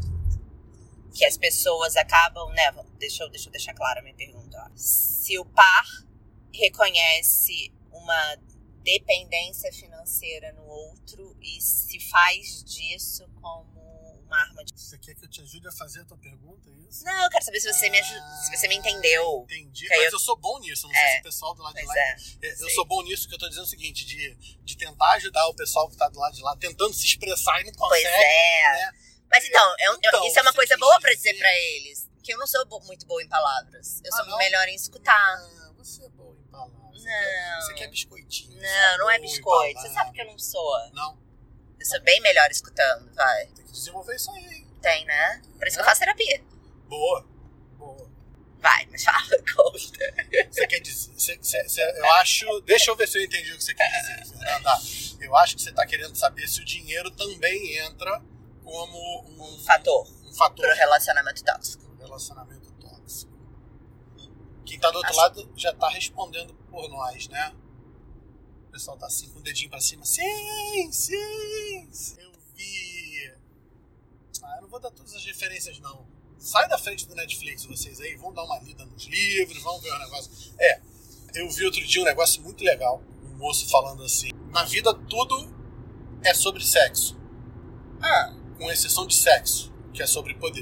Que as pessoas acabam, né, deixa eu, deixa eu deixar clara a minha pergunta. Ó. Se o par reconhece uma dependência financeira no outro e se faz disso como uma arma de...
Você quer que eu te ajude a fazer a tua pergunta, é isso?
Não, eu quero saber se você, ah, me, ajuda, se você me entendeu.
Entendi, mas eu... eu sou bom nisso, não é, sei se o pessoal do lado de lá...
É,
eu sei. Sou bom nisso, que eu tô dizendo o seguinte, de, de tentar ajudar o pessoal que tá do lado de lá, tentando se expressar e não consegue.
Pois é. Né? Mas então, eu,
então
eu, isso é uma coisa boa pra dizer pra eles. Que eu não sou bo- muito boa em palavras. Eu ah, sou não? melhor em escutar.
Não, você é boa em palavras.
Não.
Quer, você quer biscoitinho.
Não, não é biscoito. Você sabe que eu não sou.
Não?
Eu sou bem melhor escutando, vai.
Tem que desenvolver isso aí, hein?
Tem, né? Por isso
é?
que eu faço terapia.
Boa. Boa.
Vai, mas fala, conta.
Você quer dizer... Você, você, você, eu acho... Deixa eu ver se eu entendi o que você quer dizer, Fernanda. Eu acho que você tá querendo saber se o dinheiro também entra como um...
Um fator.
Um fator.
Pro relacionamento tóxico.
Relacionamento tóxico. Quem tá do outro Acho... lado já tá respondendo por nós, né? O pessoal tá assim com o dedinho pra cima. Sim, sim, eu vi. Ah, eu não vou dar todas as referências, não. Sai da frente do Netflix vocês aí, vão dar uma lida nos livros, vão ver o negócio. É, eu vi outro dia um negócio muito legal. Um moço falando assim, na vida tudo é sobre sexo.
Ah.
Com exceção de sexo, que é sobre poder.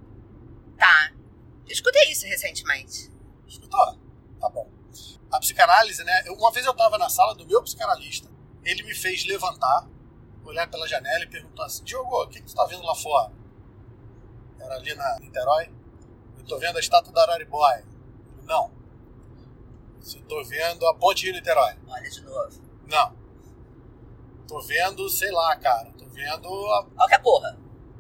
Tá. Eu escutei isso recentemente.
Escutou? Tá bom. A psicanálise, né? Uma vez eu tava na sala do meu psicanalista, ele me fez levantar, olhar pela janela e perguntou assim, Diogo, o que, que tu tá vendo lá fora? Era ali na Niterói. Eu tô vendo a estátua da Araribóia. Não. Eu tô vendo a ponte Rio-Niterói.
Olha de novo.
Não. Tô vendo, sei lá, cara. Tô vendo a...
Qualquer porra.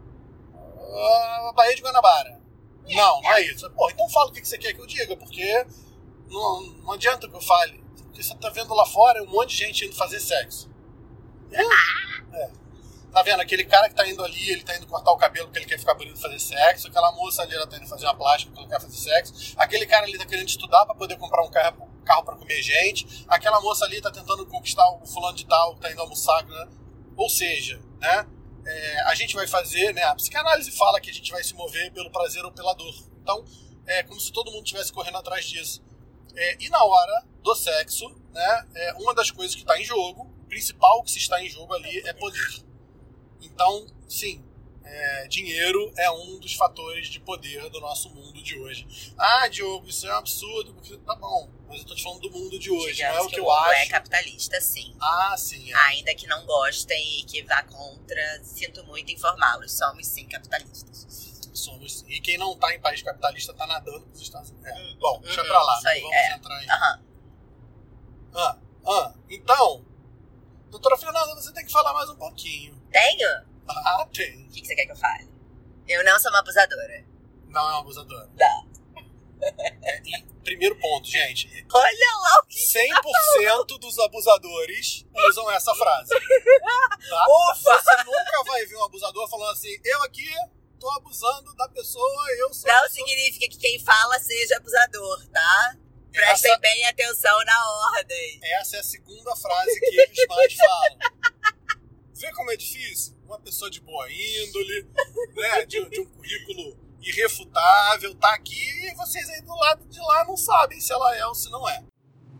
A Baía de Guanabara. É, não, não é. é isso. Pô, então fala o que você quer que eu diga, porque não, não adianta que eu fale. Porque você tá vendo lá fora um monte de gente indo fazer sexo. É. é. Tá vendo? Aquele cara que tá indo ali, ele tá indo cortar o cabelo porque ele quer ficar bonito e fazer sexo. Aquela moça ali, ela tá indo fazer uma plástica porque ela quer fazer sexo. Aquele cara ali tá querendo estudar pra poder comprar um carro, carro pra comer gente. Aquela moça ali tá tentando conquistar o fulano de tal, tá indo almoçar, né? Ou seja, né? É, a gente vai fazer, né? A psicanálise fala que a gente vai se mover pelo prazer ou pela dor. Então, é como se todo mundo estivesse correndo atrás disso. É, e na hora do sexo, né? É, uma das coisas que está em jogo, o principal que se está em jogo ali é poder. Então, sim, é, dinheiro é um dos fatores de poder do nosso mundo de hoje. Ah, Diogo, isso é um absurdo, porque tá bom, mas eu tô te falando do mundo de hoje,
Digamos
não é o
que,
que
o
eu acho.
É capitalista, sim.
Ah, sim. É.
Ainda que não gostem e que vá contra, sinto muito informá-los, somos sim capitalistas.
Somos. E quem não tá em país capitalista tá nadando pros Estados Unidos. É. Hum, bom, deixa
hum,
pra lá,
aí,
não vamos
é.
entrar aí.
Uhum.
Ah, ah, então, doutora Fernanda, você tem que falar mais um pouquinho.
Tenho?
Ah, tem.
O que, que você quer que eu fale? Eu não sou uma abusadora.
Não é uma abusadora?
Não.
É, e, primeiro ponto, gente.
Olha lá o que
cem por cento dos abusadores usam essa frase. Tá?
Ufa!
Você nunca vai ver um abusador falando assim, eu aqui tô abusando da pessoa, eu sou...
Não significa que quem fala seja abusador, tá? Prestem essa... bem atenção na ordem.
Essa é a segunda frase que eles mais falam. Vê como é difícil? Uma pessoa de boa índole, né, de, de um currículo irrefutável, tá aqui e vocês aí do lado de lá não sabem se ela é ou se não é.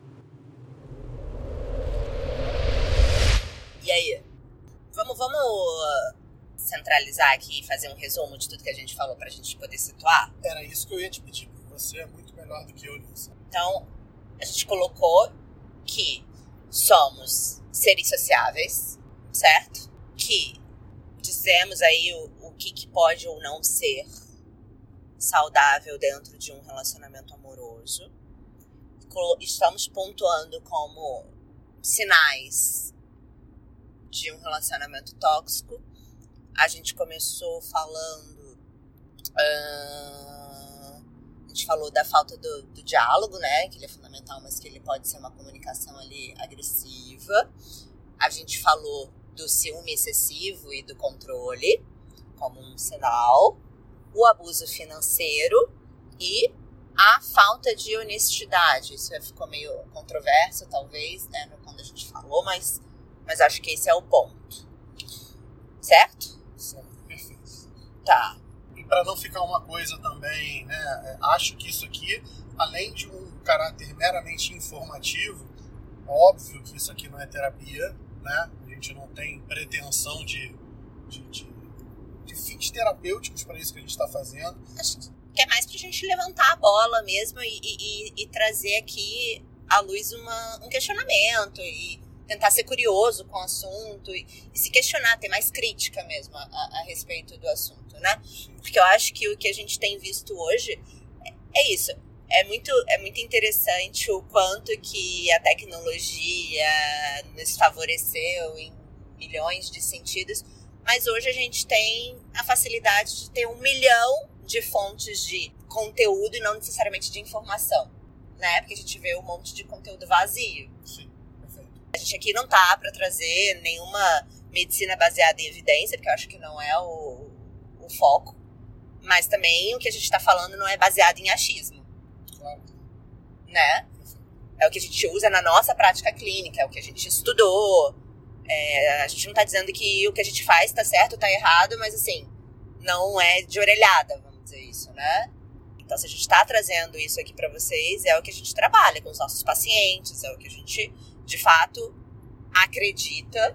E aí? Vamos, vamos centralizar aqui e fazer um resumo de tudo que a gente falou pra gente poder situar?
Era isso que eu ia te pedir, porque você é muito melhor do que eu nisso.
Então, a gente colocou que somos seres sociáveis, certo? Que dizemos aí o, o que, que pode ou não ser saudável dentro de um relacionamento amoroso. estamos pontuando como sinais de um relacionamento tóxico. A gente começou falando... Uh, a gente falou da falta do, do diálogo, né? Que ele é fundamental, mas que ele pode ser uma comunicação ali agressiva. A gente falou do ciúme excessivo e do controle como um sinal. O abuso financeiro e a falta de honestidade. Isso ficou meio controverso, talvez, né? Quando a gente falou, mas, mas acho que esse é o ponto. Certo?
Certo, perfeito.
Tá.
E para não ficar uma coisa também, né? Acho que isso aqui, além de um caráter meramente informativo, óbvio que isso aqui não é terapia, né? A gente não tem pretensão de, de, de, de fins terapêuticos para isso que a gente está fazendo.
Acho que é mais pra gente levantar a bola mesmo e, e, e trazer aqui à luz uma, um questionamento e tentar ser curioso com o assunto e, e se questionar, ter mais crítica mesmo a, a, a respeito do assunto, né? Porque eu acho que o que a gente tem visto hoje é, é isso. É muito, é muito interessante o quanto que a tecnologia nos favoreceu em milhões de sentidos, mas hoje a gente tem a facilidade de ter um milhão de fontes de conteúdo e não necessariamente de informação, né? Porque a gente vê um monte de conteúdo vazio.
Sim, perfeito.
A gente aqui não tá para trazer nenhuma medicina baseada em evidência, porque eu acho que não é o, o foco, mas também o que a gente tá falando não é baseado em achismo.
Claro.
Né? É o que a gente usa na nossa prática clínica, é o que a gente estudou. É, a gente não tá dizendo que o que a gente faz tá certo ou tá errado, mas assim, não é de orelhada, vamos dizer isso, né? Então, se a gente tá trazendo isso aqui pra vocês, é o que a gente trabalha com os nossos pacientes, é o que a gente, de fato, acredita.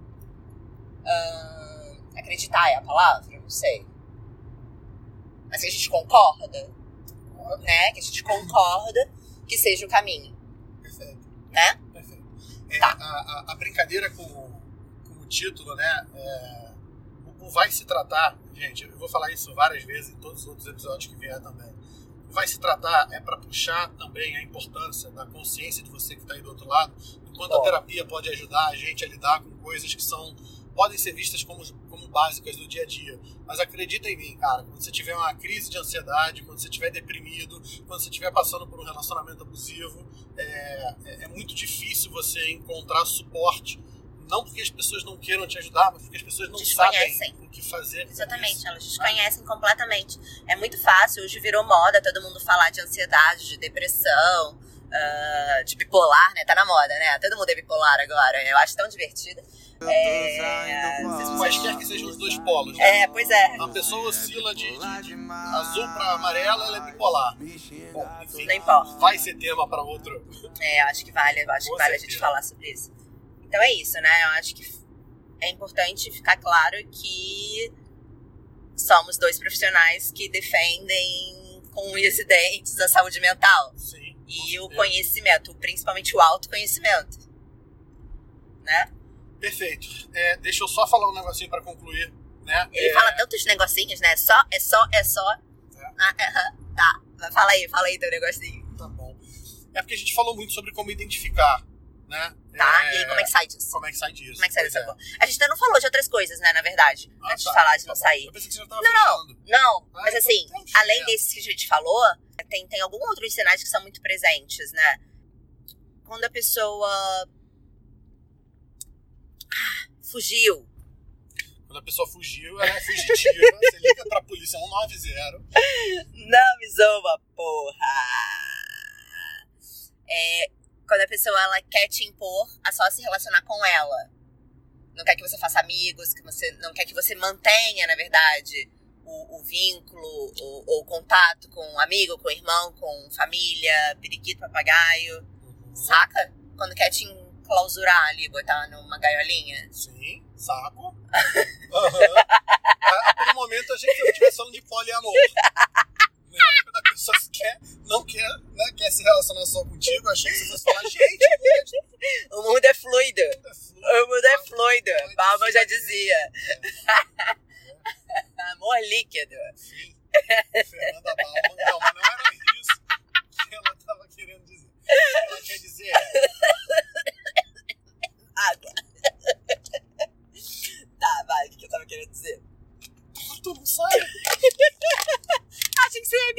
Hum, acreditar é a palavra? Não sei. Mas que a gente concorda, né? Que a gente concorda que seja o caminho.
Perfeito.
Né?
Perfeito. É,
Tá.
a, a, a brincadeira com, com o título, né? É, o, o vai se tratar, gente, eu vou falar isso várias vezes em todos os outros episódios que vier também. O vai se tratar é para puxar também a importância da consciência de você que está aí do outro lado, do quanto
Bom.
a terapia pode ajudar a gente a lidar com coisas que são, podem ser vistas como, como básicas do dia a dia. Mas acredita em mim, cara, quando você tiver uma crise de ansiedade, quando você estiver deprimido, quando você estiver passando por um relacionamento abusivo, é, é, é muito difícil você encontrar suporte. Não porque as pessoas não queiram te ajudar, mas porque as pessoas não
Desconhecem.
sabem o que fazer. com
Exatamente,
isso.
elas desconhecem completamente. É muito fácil, hoje virou moda todo mundo falar de ansiedade, de depressão, uh, de bipolar, né? Tá na moda, né? Todo mundo é bipolar agora, eu acho tão divertido. É...
Quaisquer que sejam os dois polos. Né?
É, pois é.
A pessoa oscila de, de, de azul para amarela, ela é bipolar. Bom, enfim,
Não importa.
vai ser tema para outro.
É, acho que vale, eu acho
Com
que vale a
certeza.
gente falar sobre isso. Então é isso, né? Eu acho que é importante ficar claro que somos dois profissionais que defendem com unhas e dentes a saúde mental.
Sim.
E o
certeza.
conhecimento, principalmente o autoconhecimento. Né?
Perfeito. É, deixa eu só falar um negocinho para concluir. Né?
Ele
é,
fala tantos negocinhos, né? Só, é só, é só.
É.
Ah, aham, tá. Mas fala aí, fala aí teu negocinho.
Tá bom. É porque a gente falou muito sobre como identificar, né?
Tá?
É,
E aí, como é que sai disso?
Como é que sai disso?
Como é que sai
Pois
dessa
é.
porra? A gente ainda não falou de outras coisas, né, na verdade.
Ah,
antes
tá,
de falar de
tá
não
bom.
sair.
Eu pensei que você já tava
Não, não,
fechando.
não.
Ah,
Mas
então
assim,
tem um
além
chinelo.
desses que a gente falou, tem, tem alguns outros sinais que são muito presentes, né? Quando a pessoa ah, fugiu.
Quando a pessoa fugiu, ela é fugitiva. Você liga pra polícia um nove zero.
Não me zoa, porra! É, quando a pessoa ela quer te impor a só se relacionar com ela. Não quer que você faça amigos, que você não quer que você mantenha, na verdade, o, o vínculo, o, o contato com um amigo, com um irmão, com família, periquito, papagaio.
Uhum.
Saca? Quando quer te enclausurar ali, botar numa gaiolinha.
Sim, saco. Uhum. Ah, por um momento, a gente estivesse falando de poliamor. Né? Quando a pessoa quer, não quer, né, quer se relacionar só contigo, eu achei que você fosse falar, gente,
O mundo é fluido.
é fluido.
O mundo é fluido. Balma já dizia. Amor líquido.
Sim. Fernanda Balma. Não, mas não era isso que ela estava querendo dizer.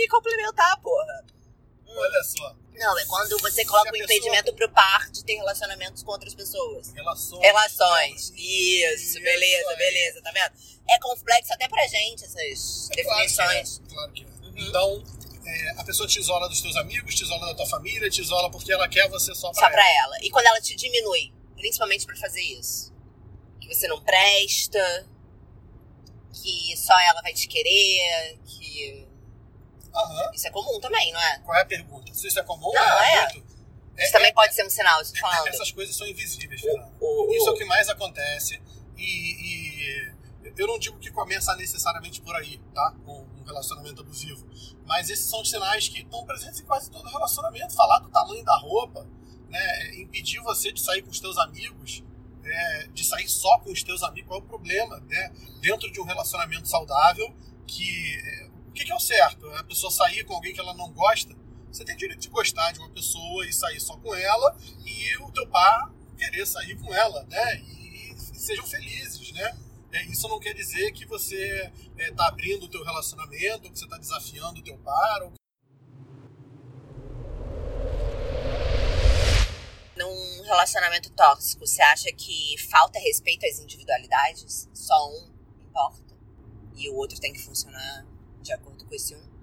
complementar, porra.
Olha só.
Não, é quando você coloca o
pessoa...
impedimento pro par de ter relacionamentos com outras pessoas.
Relações.
Relações.
Né?
Isso,
Isso,
beleza,
aí.
beleza, tá vendo? É complexo até pra gente, essas
É
definições.
Claro que é. Claro que é.
Uhum.
Então, é, a pessoa te isola dos teus amigos, te isola da tua família, te isola porque ela quer você só pra
Só
ela.
pra ela. E quando ela te diminui, principalmente pra fazer isso. Que você não presta, que só ela vai te querer, que...
Aham.
Isso é comum também, não é?
Qual é a pergunta? Se isso é comum,
Não, é.
muito.
Isso também pode ser um sinal, eu tô falando.
Essas coisas são invisíveis, Fernanda.
O- o-
Isso é o que mais acontece e, e eu não digo que começa necessariamente por aí, tá? Com um relacionamento abusivo. Mas esses são os sinais que estão presentes em quase todo relacionamento. Falar do tamanho da roupa, né? Impedir você de sair com os teus amigos, é, de sair só com os teus amigos, qual é o problema, né? Dentro de um relacionamento saudável, que é, o que, que é o certo? A pessoa sair com alguém que ela não gosta. Você tem direito de gostar de uma pessoa e sair só com ela, e o teu par querer sair com ela, né? E, e sejam felizes, né? É, isso não quer dizer que você está é, abrindo o teu relacionamento, ou que você está desafiando o teu par. Ou...
Num relacionamento tóxico, você acha que falta respeito às individualidades? Só um importa? E o outro tem que funcionar de acordo com esse um?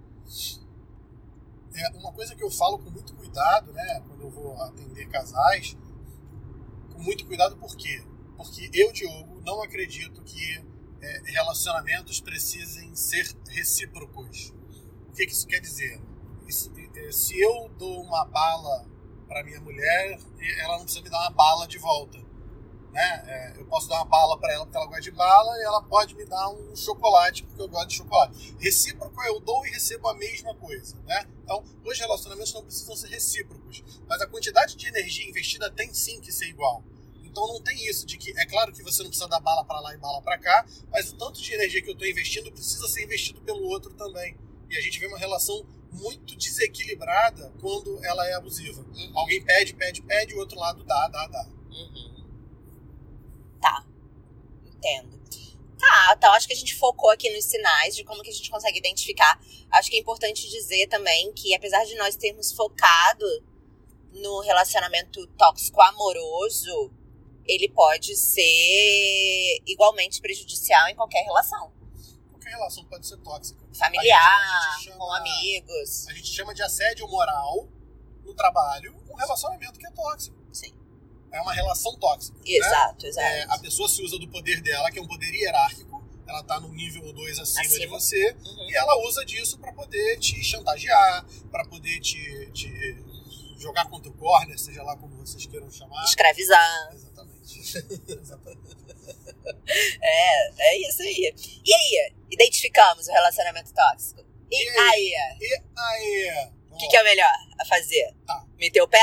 É uma coisa que eu falo com muito cuidado, né? Quando eu vou atender casais, com muito cuidado, por quê? Porque eu, Diogo, não acredito que é, relacionamentos precisem ser recíprocos. O que, que isso quer dizer? Isso, é, se eu dou uma bala para minha mulher, ela não precisa me dar uma bala de volta. Né? É, eu posso dar uma bala para ela porque ela gosta de bala, e ela pode me dar um chocolate porque eu gosto de chocolate. Recíproco é eu dou e recebo a mesma coisa. Né? Então, os relacionamentos não precisam ser recíprocos, mas a quantidade de energia investida tem sim que ser igual. Então não tem isso de que, é claro que você não precisa dar bala para lá e bala para cá, mas o tanto de energia que eu estou investindo precisa ser investido pelo outro também. E a gente vê uma relação muito desequilibrada quando ela é abusiva.
Uhum.
Alguém pede, pede, pede, o outro lado dá, dá, dá.
Uhum. Tá, entendo. Tá, então acho que a gente focou aqui nos sinais de como que a gente consegue identificar. Acho que é importante dizer também que, apesar de nós termos focado no relacionamento tóxico amoroso, ele pode ser igualmente prejudicial em qualquer relação.
Qualquer relação pode ser tóxica.
Familiar,
A gente- a gente chama-
com amigos.
A gente chama de assédio moral no trabalho um relacionamento que é tóxico.
Sim.
É uma relação tóxica. Né?
Exato, exato.
É, a pessoa se usa do poder dela, que é um poder hierárquico, ela tá num nível ou dois acima,
Acima.
de você,
Uhum.
e ela usa disso pra poder te chantagear, pra poder te, te jogar contra o corner, seja lá como vocês queiram chamar.
Escravizar.
Exatamente. Exatamente.
É, é isso aí. E aí, identificamos o relacionamento tóxico. E,
E
aí?
E aí?
O que, que é o melhor a fazer?
Tá.
Meter o pé?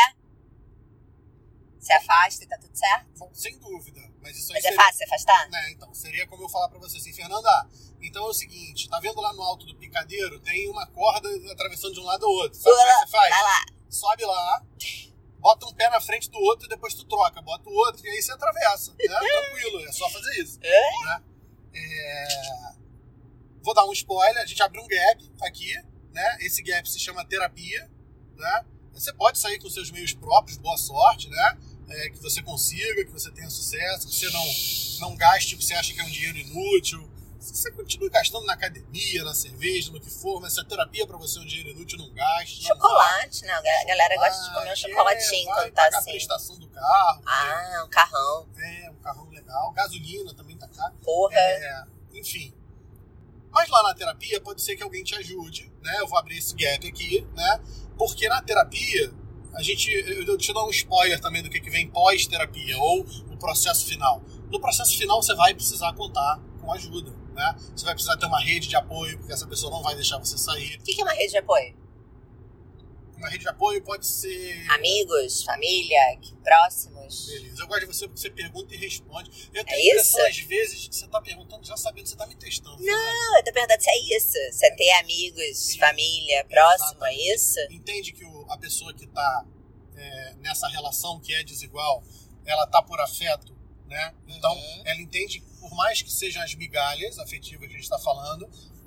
Se afasta e tá tudo certo?
Bom, sem dúvida. Mas isso aí
Mas é
seria,
fácil se afastar?
né, então, seria como eu falar pra você assim, Fernanda, então é o seguinte, tá vendo lá no alto do picadeiro, tem uma corda atravessando de um lado ao outro. Sabe como é que você faz?
Vai lá.
Sobe lá, bota um pé na frente do outro e depois tu troca. Bota o outro e aí você atravessa. Né? Tranquilo, é só fazer isso.
É?
Né? É... Vou dar um spoiler, a gente abriu um gap aqui, né? Esse gap se chama terapia, né? Você pode sair com seus meios próprios, boa sorte, né? É, que você consiga, que você tenha sucesso, que você não, não gaste o que você acha que é um dinheiro inútil. Você continue gastando na academia, na cerveja, no que for, mas se a terapia pra você é um dinheiro inútil, não gaste.
Chocolate, né? A galera
não
gosta de comer um
é,
chocolatinho
vai
quando tá
pagar
assim.
a prestação do carro.
Ah, um carrão.
É, um carrão legal. Gasolina também tá caro.
Porra.
É, enfim. Mas lá na terapia pode ser que alguém te ajude, né? Eu vou abrir esse gap aqui, né? Porque na terapia, a gente... Eu deixa eu dar um spoiler também do que, que vem pós-terapia, ou o processo final. No processo final, você vai precisar contar com ajuda, né? Você vai precisar ter uma rede de apoio, porque essa pessoa não vai deixar você sair.
O que, que é uma rede de apoio?
Uma rede de apoio pode ser...
Amigos, família, próximos.
Beleza. Eu gosto de você porque você pergunta e responde. Eu tenho
É
a impressão,
isso?
às vezes, de que você tá perguntando já sabendo que você tá me testando.
Não, eu tô perguntando se é isso. Se é ter amigos, família, próximo, é isso?
Entende que o, a pessoa que tá é, nessa relação que é desigual, ela tá por afeto, né? Então,
Uhum.
ela entende que por mais que sejam as migalhas afetivas que a gente tá falando,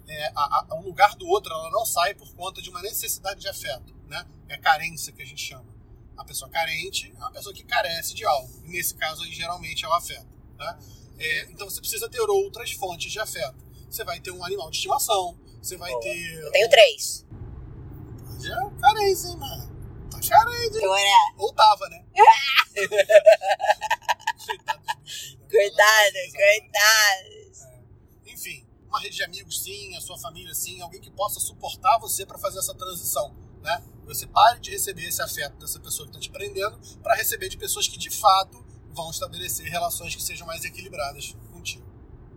é, a, a, o lugar do outro, ela não sai por conta de uma necessidade de afeto, né? É carência que a gente chama. A pessoa carente é uma pessoa que carece de algo. E nesse caso aí, geralmente, é o afeto, né? É, então você precisa ter outras fontes de afeto. Você vai ter um animal de estimação, você vai
Boa.
ter...
Eu tenho três.
Já é carência, hein, mano? Tá carente, hein?
Eu era...
Ou tava, né?
Coitado, coitado.
É. Enfim, uma rede de amigos, sim, a sua família, sim, alguém que possa suportar você para fazer essa transição, né? Você pare de receber esse afeto dessa pessoa que está te prendendo para receber de pessoas que, de fato, vão estabelecer relações que sejam mais equilibradas contigo.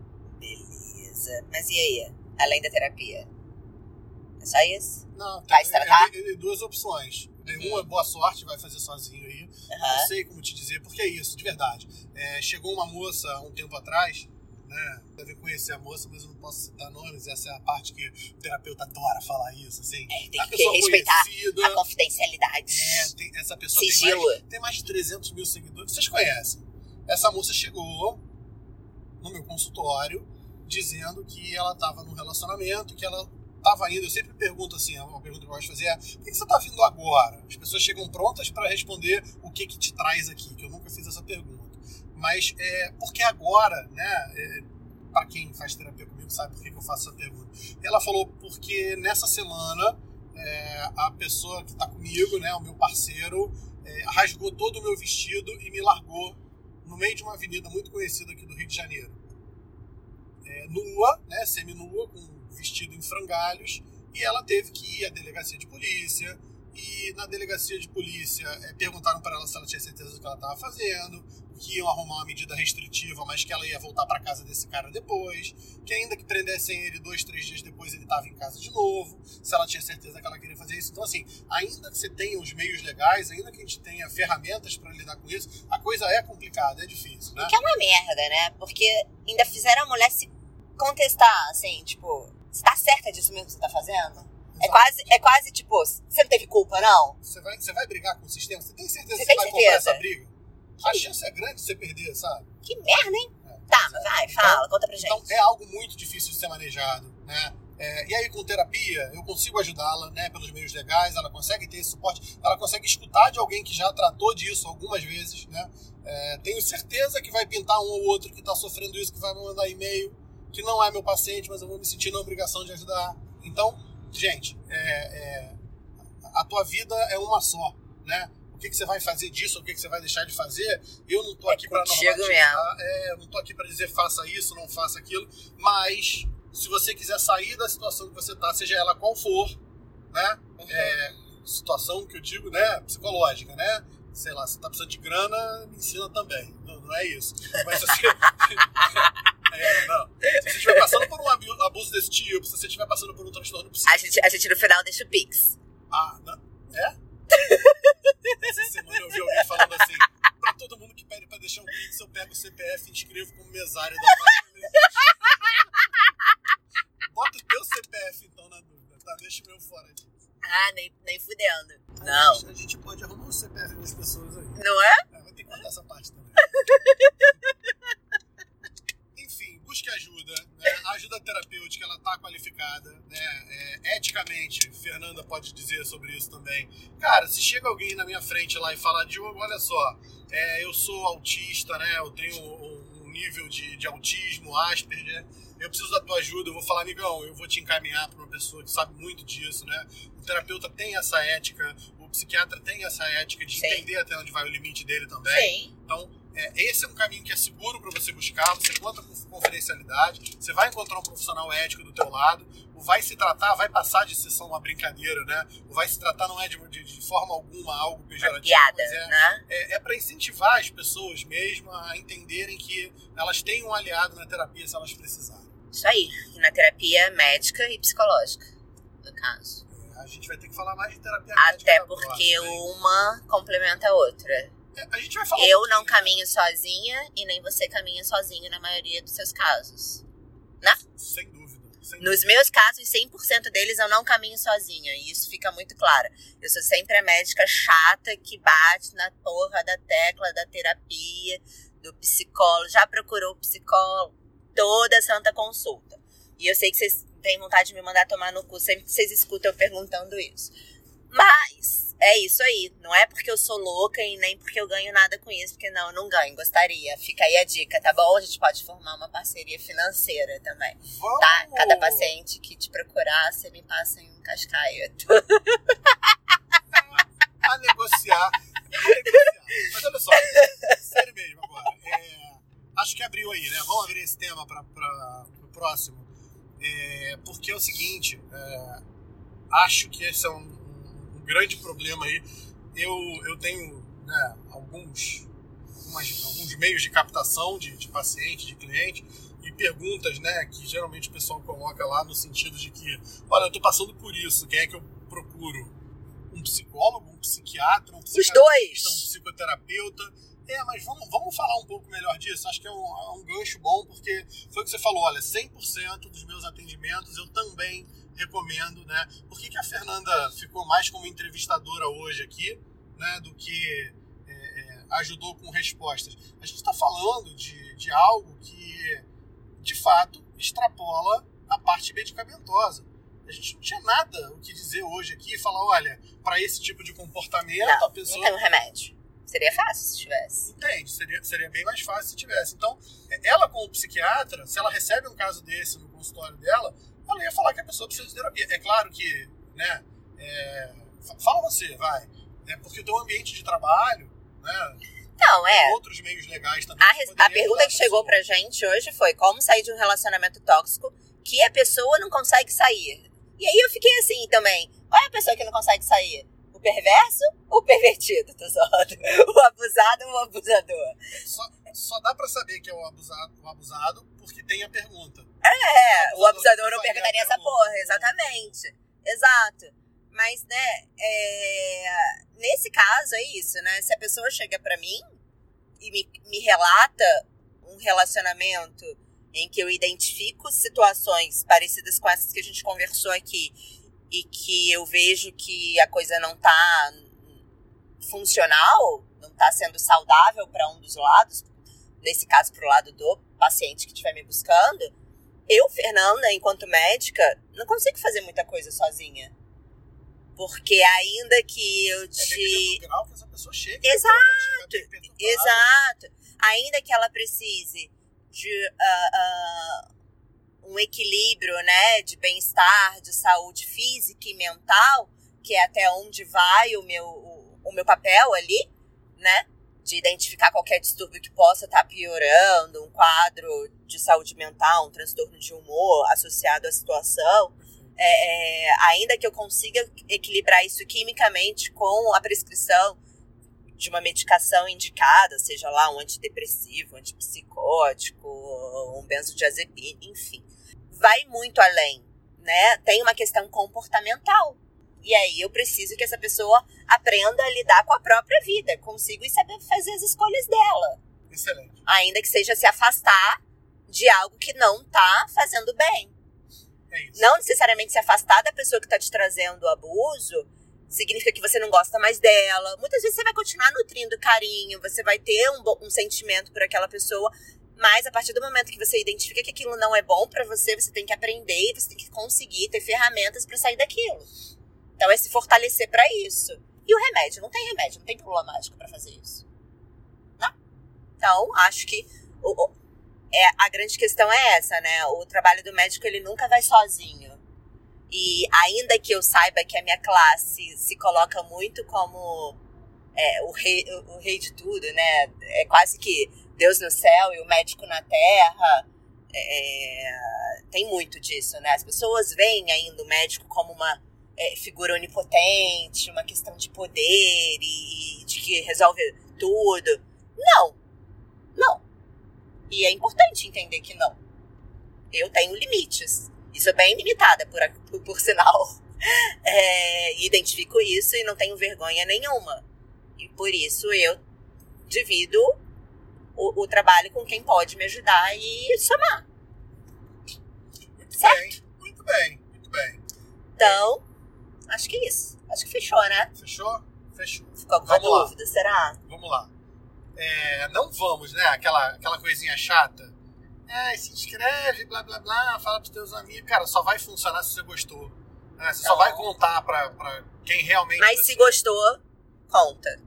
Beleza. Mas e aí? Além da terapia? É só isso?
Não,
Vai
tem,
se tratar?
eu dei duas opções. Uhum. Uma, boa sorte, vai fazer sozinho aí.
Uhum.
Não sei como te dizer, porque é isso, de verdade. É, chegou uma moça há um tempo atrás, né? Deve conhecer a moça, mas eu não posso citar nomes. Essa é a parte que o terapeuta adora falar isso, assim.
É, tem
a
que
pessoa
respeitar
conhecida,
a confidencialidade.
É, tem, essa pessoa tem
Sigilo.
mais, tem mais de trezentos mil seguidores. Vocês conhecem. Essa moça chegou no meu consultório dizendo que ela estava num relacionamento, que ela estava indo. Eu sempre pergunto assim, uma pergunta que eu gosto de fazer é: por que você está vindo agora? As pessoas chegam prontas para responder o que, que te traz aqui, que eu nunca fiz essa pergunta. Mas é, por que agora, né? É, para quem faz terapia comigo sabe por que, que eu faço essa pergunta. Ela falou porque nessa semana é, a pessoa que está comigo, né, o meu parceiro, é, rasgou todo o meu vestido e me largou no meio de uma avenida muito conhecida aqui do Rio de Janeiro. É, nua, né, semi-nua, com vestido em frangalhos, e ela teve que ir à delegacia de polícia, e na delegacia de polícia é, perguntaram para ela se ela tinha certeza do que ela estava fazendo, que iam arrumar uma medida restritiva, mas que ela ia voltar para casa desse cara depois, que ainda que prendessem ele dois, três dias depois ele estava em casa de novo, se ela tinha certeza que ela queria fazer isso. Então assim, ainda que você tenha os meios legais, ainda que a gente tenha ferramentas para lidar com isso, a coisa é complicada, é difícil, né?
Que é uma merda, né? Porque ainda fizeram a mulher se contestar, assim, tipo, você tá certa disso mesmo que você tá fazendo? É quase, é quase tipo, você não teve culpa, não?
Você vai, você vai brigar com o sistema? Você tem certeza
Você
que você
tem
vai
certeza?
comprar essa briga? A chance é grande de você perder, sabe?
Que merda, hein?
É,
Tá,
mas
mas
é.
vai,
Então-
fala, conta pra gente.
Então é algo muito difícil de ser manejado, né? É, e aí com terapia eu consigo ajudá-la, né, pelos meios legais, ela consegue ter esse suporte, ela consegue escutar de alguém que já tratou disso algumas vezes, né? É, tenho certeza que vai pintar um ou outro que está sofrendo isso, que vai me mandar e-mail, que não é meu paciente, mas eu vou me sentir na obrigação de ajudar. Então, gente, é, é, a tua vida é uma só, né? O que, que você vai fazer disso, o que, que você vai deixar de fazer, eu não tô
É
aqui para
contigo
normatizar, é, eu não tô aqui para dizer faça isso, não faça aquilo, mas se você quiser sair da situação que você tá, seja ela qual for, né?
Uhum.
É, situação que eu digo, né? Psicológica, né? Sei lá, você tá precisando de grana, me ensina também. Não, não é isso. Mas se você... é, não. Se você estiver passando por um abu- abuso desse tipo, se você estiver passando por um transtorno psíquico...
A gente, a gente no final deixa o Pix.
Ah, não. É? Essa semana eu vi alguém falando assim: pra todo mundo que pede pra deixar um Pix, eu pego o C P F e inscrevo como mesário da máquina. Bota o teu C P F então na dúvida, tá? Deixa o meu fora disso.
Ah, nem, nem fudendo. Não.
A gente pode arrumar um C P F das pessoas aí.
Não é?
É, vai ter que contar essa parte também. Enfim, busque ajuda, né? A ajuda terapêutica, ela tá qualificada, né? É, eticamente, Fernanda pode dizer sobre isso também. Cara, se chega alguém na minha frente lá e fala: Diogo, olha só, é, eu sou autista, né? Eu tenho um, um nível de, de autismo, Asperger, eu preciso da tua ajuda, eu vou falar: amigão, eu vou te encaminhar para uma pessoa que sabe muito disso, né? O terapeuta tem essa ética, o psiquiatra tem essa ética de
Sim.
entender até onde vai o limite dele também.
Sim.
Então, é, esse é um caminho que é seguro para você buscar, você conta com confidencialidade, você vai encontrar um profissional ético do teu lado, o vai se tratar, vai passar de ser só uma brincadeira, né? O vai se tratar não é de, de, de forma alguma algo pejorativo,
Piada,
mas é,
né?
é, é para incentivar as pessoas mesmo a entenderem que elas têm um aliado na terapia se elas precisarem.
Isso aí. E na terapia médica e psicológica, no caso.
É, a gente vai ter que falar mais de terapia
Até
médica na
porque
próxima, hein?
uma complementa a outra.
É, a gente vai falar um
Eu
pouquinho,
não caminho sozinha e nem você caminha sozinho na maioria dos seus casos.
né? Sem dúvida. Sem
Nos
dúvida.
meus casos, cem por cento deles eu não caminho sozinha. E isso fica muito claro. Eu sou sempre a médica chata que bate na porra da tecla da terapia, do psicólogo. Já procurou o psicólogo? Toda santa consulta. E eu sei que vocês tem vontade de me mandar tomar no cu sempre que vocês escutam eu perguntando isso. Mas é isso aí. Não é porque eu sou louca e nem porque eu ganho nada com isso, porque não, eu não ganho, gostaria. Fica aí a dica, tá bom? A gente pode formar uma parceria financeira também.
Vamos.
Tá? Cada paciente que te procurar, você me passa em um cascaio.
A negociar. A negociar. Mas olha só, sério mesmo agora. É, acho que abriu aí, né? Vamos abrir esse tema para o próximo. É, porque é o seguinte, é, acho que esse é um, um grande problema aí. Eu, eu tenho, né, alguns, algumas, alguns meios de captação de, de paciente, de cliente, e perguntas, né, que geralmente o pessoal coloca lá no sentido de que, olha, eu tô passando por isso, quem é que eu procuro? Um psicólogo, um psiquiatra, um psiquiatra,
os dois,
um psicoterapeuta. É, mas vamos, vamos falar um pouco melhor disso. Acho que é um, é um gancho bom, porque foi o que você falou, olha, cem por cento dos meus atendimentos eu também recomendo, né? Por que que a Fernanda ficou mais como entrevistadora hoje aqui, né, do que é, é, ajudou com respostas? A gente está falando de, de algo que, de fato, extrapola a parte medicamentosa. A gente não tinha nada o que dizer hoje aqui e falar, olha, para esse tipo de comportamento
não,
a pessoa...
não tem um remédio. Seria fácil se tivesse.
Entende, seria, seria bem mais fácil se tivesse. Então, ela como psiquiatra, se ela recebe um caso desse no consultório dela, ela ia falar que a pessoa precisa de terapia. É claro que, né, é, fala você, vai, é porque o teu ambiente de trabalho, né,
não, é.
outros meios legais também.
A, res, a pergunta que chegou pra gente hoje foi como sair de um relacionamento tóxico que a pessoa não consegue sair. E aí eu fiquei assim também. Qual é a pessoa que não consegue sair? O perverso ou o pervertido? Tô zoando. O abusado ou o abusador?
Só, só dá pra saber que é o abusado, o abusado porque tem a pergunta.
É, o abusador, o abusador não perguntaria essa
pergunta.
porra, exatamente. Exato. Mas, né, é, nesse caso é isso, né? Se a pessoa chega pra mim e me, me relata um relacionamento em que eu identifico situações parecidas com essas que a gente conversou aqui e que eu vejo que a coisa não tá funcional, não tá sendo saudável para um dos lados, nesse caso pro lado do paciente que estiver me buscando, eu, Fernanda, enquanto médica, não consigo fazer muita coisa sozinha. Porque ainda que eu te...
É do grau que essa pessoa chega.
Exato, exato. Ainda que ela precise de uh, uh, um equilíbrio, né, de bem-estar, de saúde física e mental, que é até onde vai o meu, o, o meu papel ali, né, de identificar qualquer distúrbio que possa estar piorando, um quadro de saúde mental, um transtorno de humor associado à situação, é, é, ainda que eu consiga equilibrar isso quimicamente com a prescrição de uma medicação indicada, seja lá um antidepressivo, um antipsicótico, um benzodiazepina, enfim. Vai muito além, né? Tem uma questão comportamental. E aí eu preciso que essa pessoa aprenda a lidar com a própria vida, consiga e saber fazer as escolhas dela.
Excelente.
Ainda que seja se afastar de algo que não tá fazendo bem.
É isso.
Não necessariamente se afastar da pessoa que tá te trazendo o abuso, significa que você não gosta mais dela. Muitas vezes você vai continuar nutrindo carinho, você vai ter um, um sentimento por aquela pessoa, mas a partir do momento que você identifica que aquilo não é bom pra você, você tem que aprender, você tem que conseguir ter ferramentas pra sair daquilo. Então é se fortalecer pra isso. E o remédio? Não tem remédio, não tem pílula mágica pra fazer isso. Não. Então, acho que o, o, é, a grande questão é essa, né? O trabalho do médico, ele nunca vai sozinho. E ainda que eu saiba que a minha classe se coloca muito como é, o, rei, o, o rei de tudo, né? É quase que Deus no céu e o médico na terra. É, tem muito disso, né? As pessoas veem ainda o médico como uma é, figura onipotente, uma questão de poder e de que resolve tudo. Não. Não. E é importante entender que não. Eu tenho limites. E sou bem limitada, por, por, por sinal. É, identifico isso e não tenho vergonha nenhuma. E por isso eu divido o, o trabalho com quem pode me ajudar e somar.
Muito
certo?
bem, muito bem, muito bem.
Então, acho que é isso. Acho que fechou, né?
Fechou? Fechou.
Ficou alguma
Vamos lá.
dúvida, será?
Vamos lá. É, não vamos, né? Aquela, aquela coisinha chata. É, se inscreve, blá blá blá, fala pros teus amigos. Cara, só vai funcionar se você gostou. Né? Você então, só vai contar pra, pra quem realmente...
Mas
você...
se gostou, conta.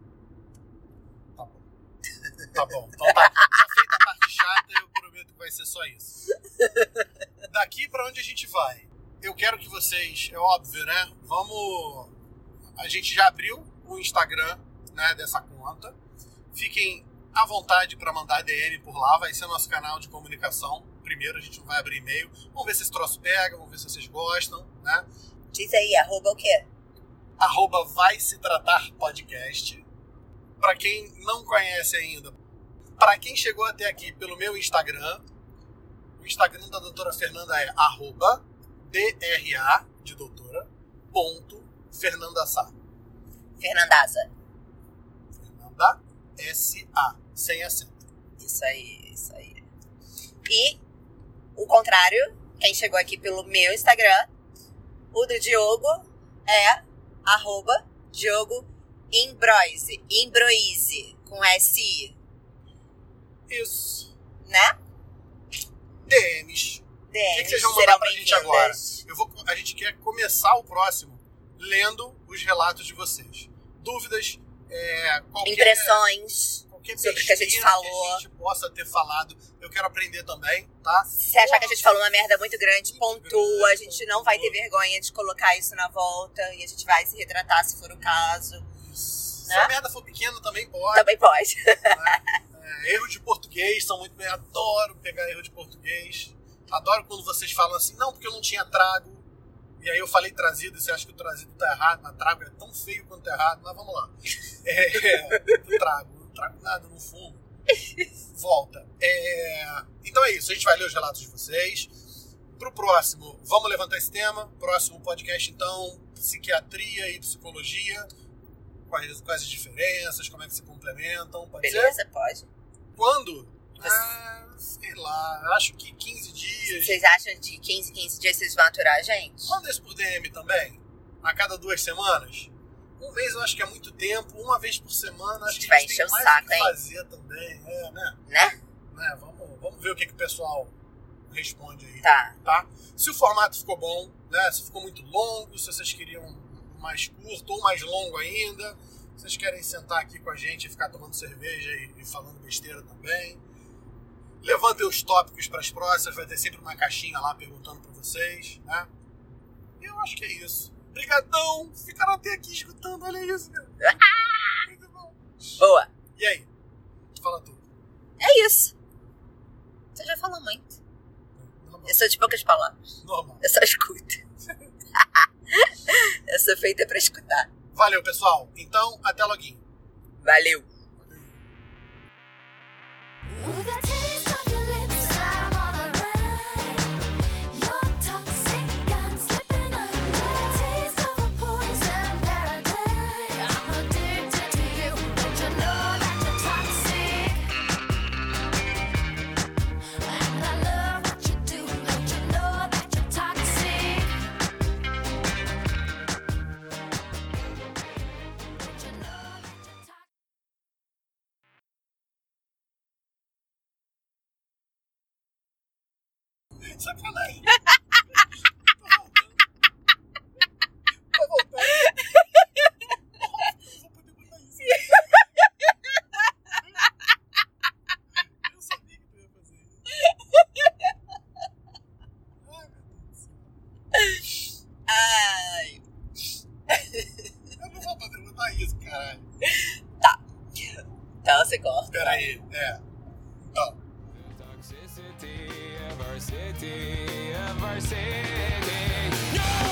Tá bom. Tá bom. Então tá. Só feita a parte chata, eu prometo que vai ser só isso. Daqui pra onde a gente vai? Eu quero que vocês, é óbvio, né? Vamos... A gente já abriu o Instagram, né, dessa conta. Fiquem à vontade para mandar D M por lá. Vai ser nosso canal de comunicação. Primeiro, a gente não vai abrir e-mail. Vamos ver se esse troço pega, vamos ver se vocês gostam, né?
Diz aí, arroba o quê?
Arroba Vai Se Tratar Podcast. Para quem não conhece ainda, para quem chegou até aqui pelo meu Instagram, o Instagram da doutora Fernanda é arroba dra, de doutora, ponto, Fernanda Sá.
Fernandaza.
Fernanda S A, sem acento.
Isso aí, isso aí. E o contrário, quem chegou aqui pelo meu Instagram, o do Diogo é arroba Diogo Imbroise. Imbroise, com S I.
Isso.
Né?
D Ms.
D Ms.
O que, que vocês vão mandar pra gente agora? Eu vou, a gente quer começar o próximo lendo os relatos de vocês. Dúvidas, é, qualquer,
impressões
qualquer
sobre o que a gente falou.
Que a gente possa ter falado. Eu quero aprender também, tá?
Se achar que a gente falou uma merda muito grande,
muito
pontua.
grande,
a gente
pontua.
não vai ter vergonha de colocar isso na volta. E a gente vai se retratar se for o caso.
Isso.
Né?
Se a merda for pequena, também pode.
Também pode.
Né? É, erro de português são muito bem. Adoro pegar erro de português. Adoro quando vocês falam assim, não, porque eu não tinha trago. E aí eu falei trazido, e você acha que o trazido tá errado, mas trago é tão feio quanto errado, mas vamos lá. É, eu trago, não trago nada, não fumo. Volta. É, então é isso, a gente vai ler os relatos de vocês. Pro próximo, vamos levantar esse tema. Próximo podcast, então, psiquiatria e psicologia. Quais, quais as diferenças, como é que se complementam, pode
Beleza,
ser?
pode.
Quando? Ah, sei lá, acho que quinze dias.
Vocês acham de quinze, quinze dias vocês vão aturar a gente?
Manda isso por D M também. A cada duas semanas. Um mês eu acho que é muito tempo. Uma vez por semana acho que a gente tem mais o que fazer também. É, né?
Né?
né? Vamos, vamos ver o que, que o pessoal responde aí.
Tá.
tá. Se o formato ficou bom, né? Se ficou muito longo, se vocês queriam mais curto ou mais longo ainda. Se vocês querem sentar aqui com a gente e ficar tomando cerveja e, e falando besteira também. Levantem os tópicos para as próximas, vai ter sempre uma caixinha lá perguntando para vocês, né? E eu acho que é isso. Obrigadão! Ficaram até aqui escutando, olha isso, cara. Muito bom.
Boa.
E aí? Fala tudo.
É isso. Você já falou muito.
Normal.
Eu sou de poucas palavras.
Normal.
Eu só escuto. Eu sou feita pra escutar.
Valeu, pessoal. Então, até loguinho.
Valeu.
Sacanagem. Tô voltando. Tô voltando. Eu vou poder botar isso. Eu sabia que tu ia fazer isso. Ai, meu Deus do céu.
Ai.
Eu não vou poder botar isso, caralho.
Tá. Então você corta.
Pera aí. É. Então.
Toxicity, adversity, adversity.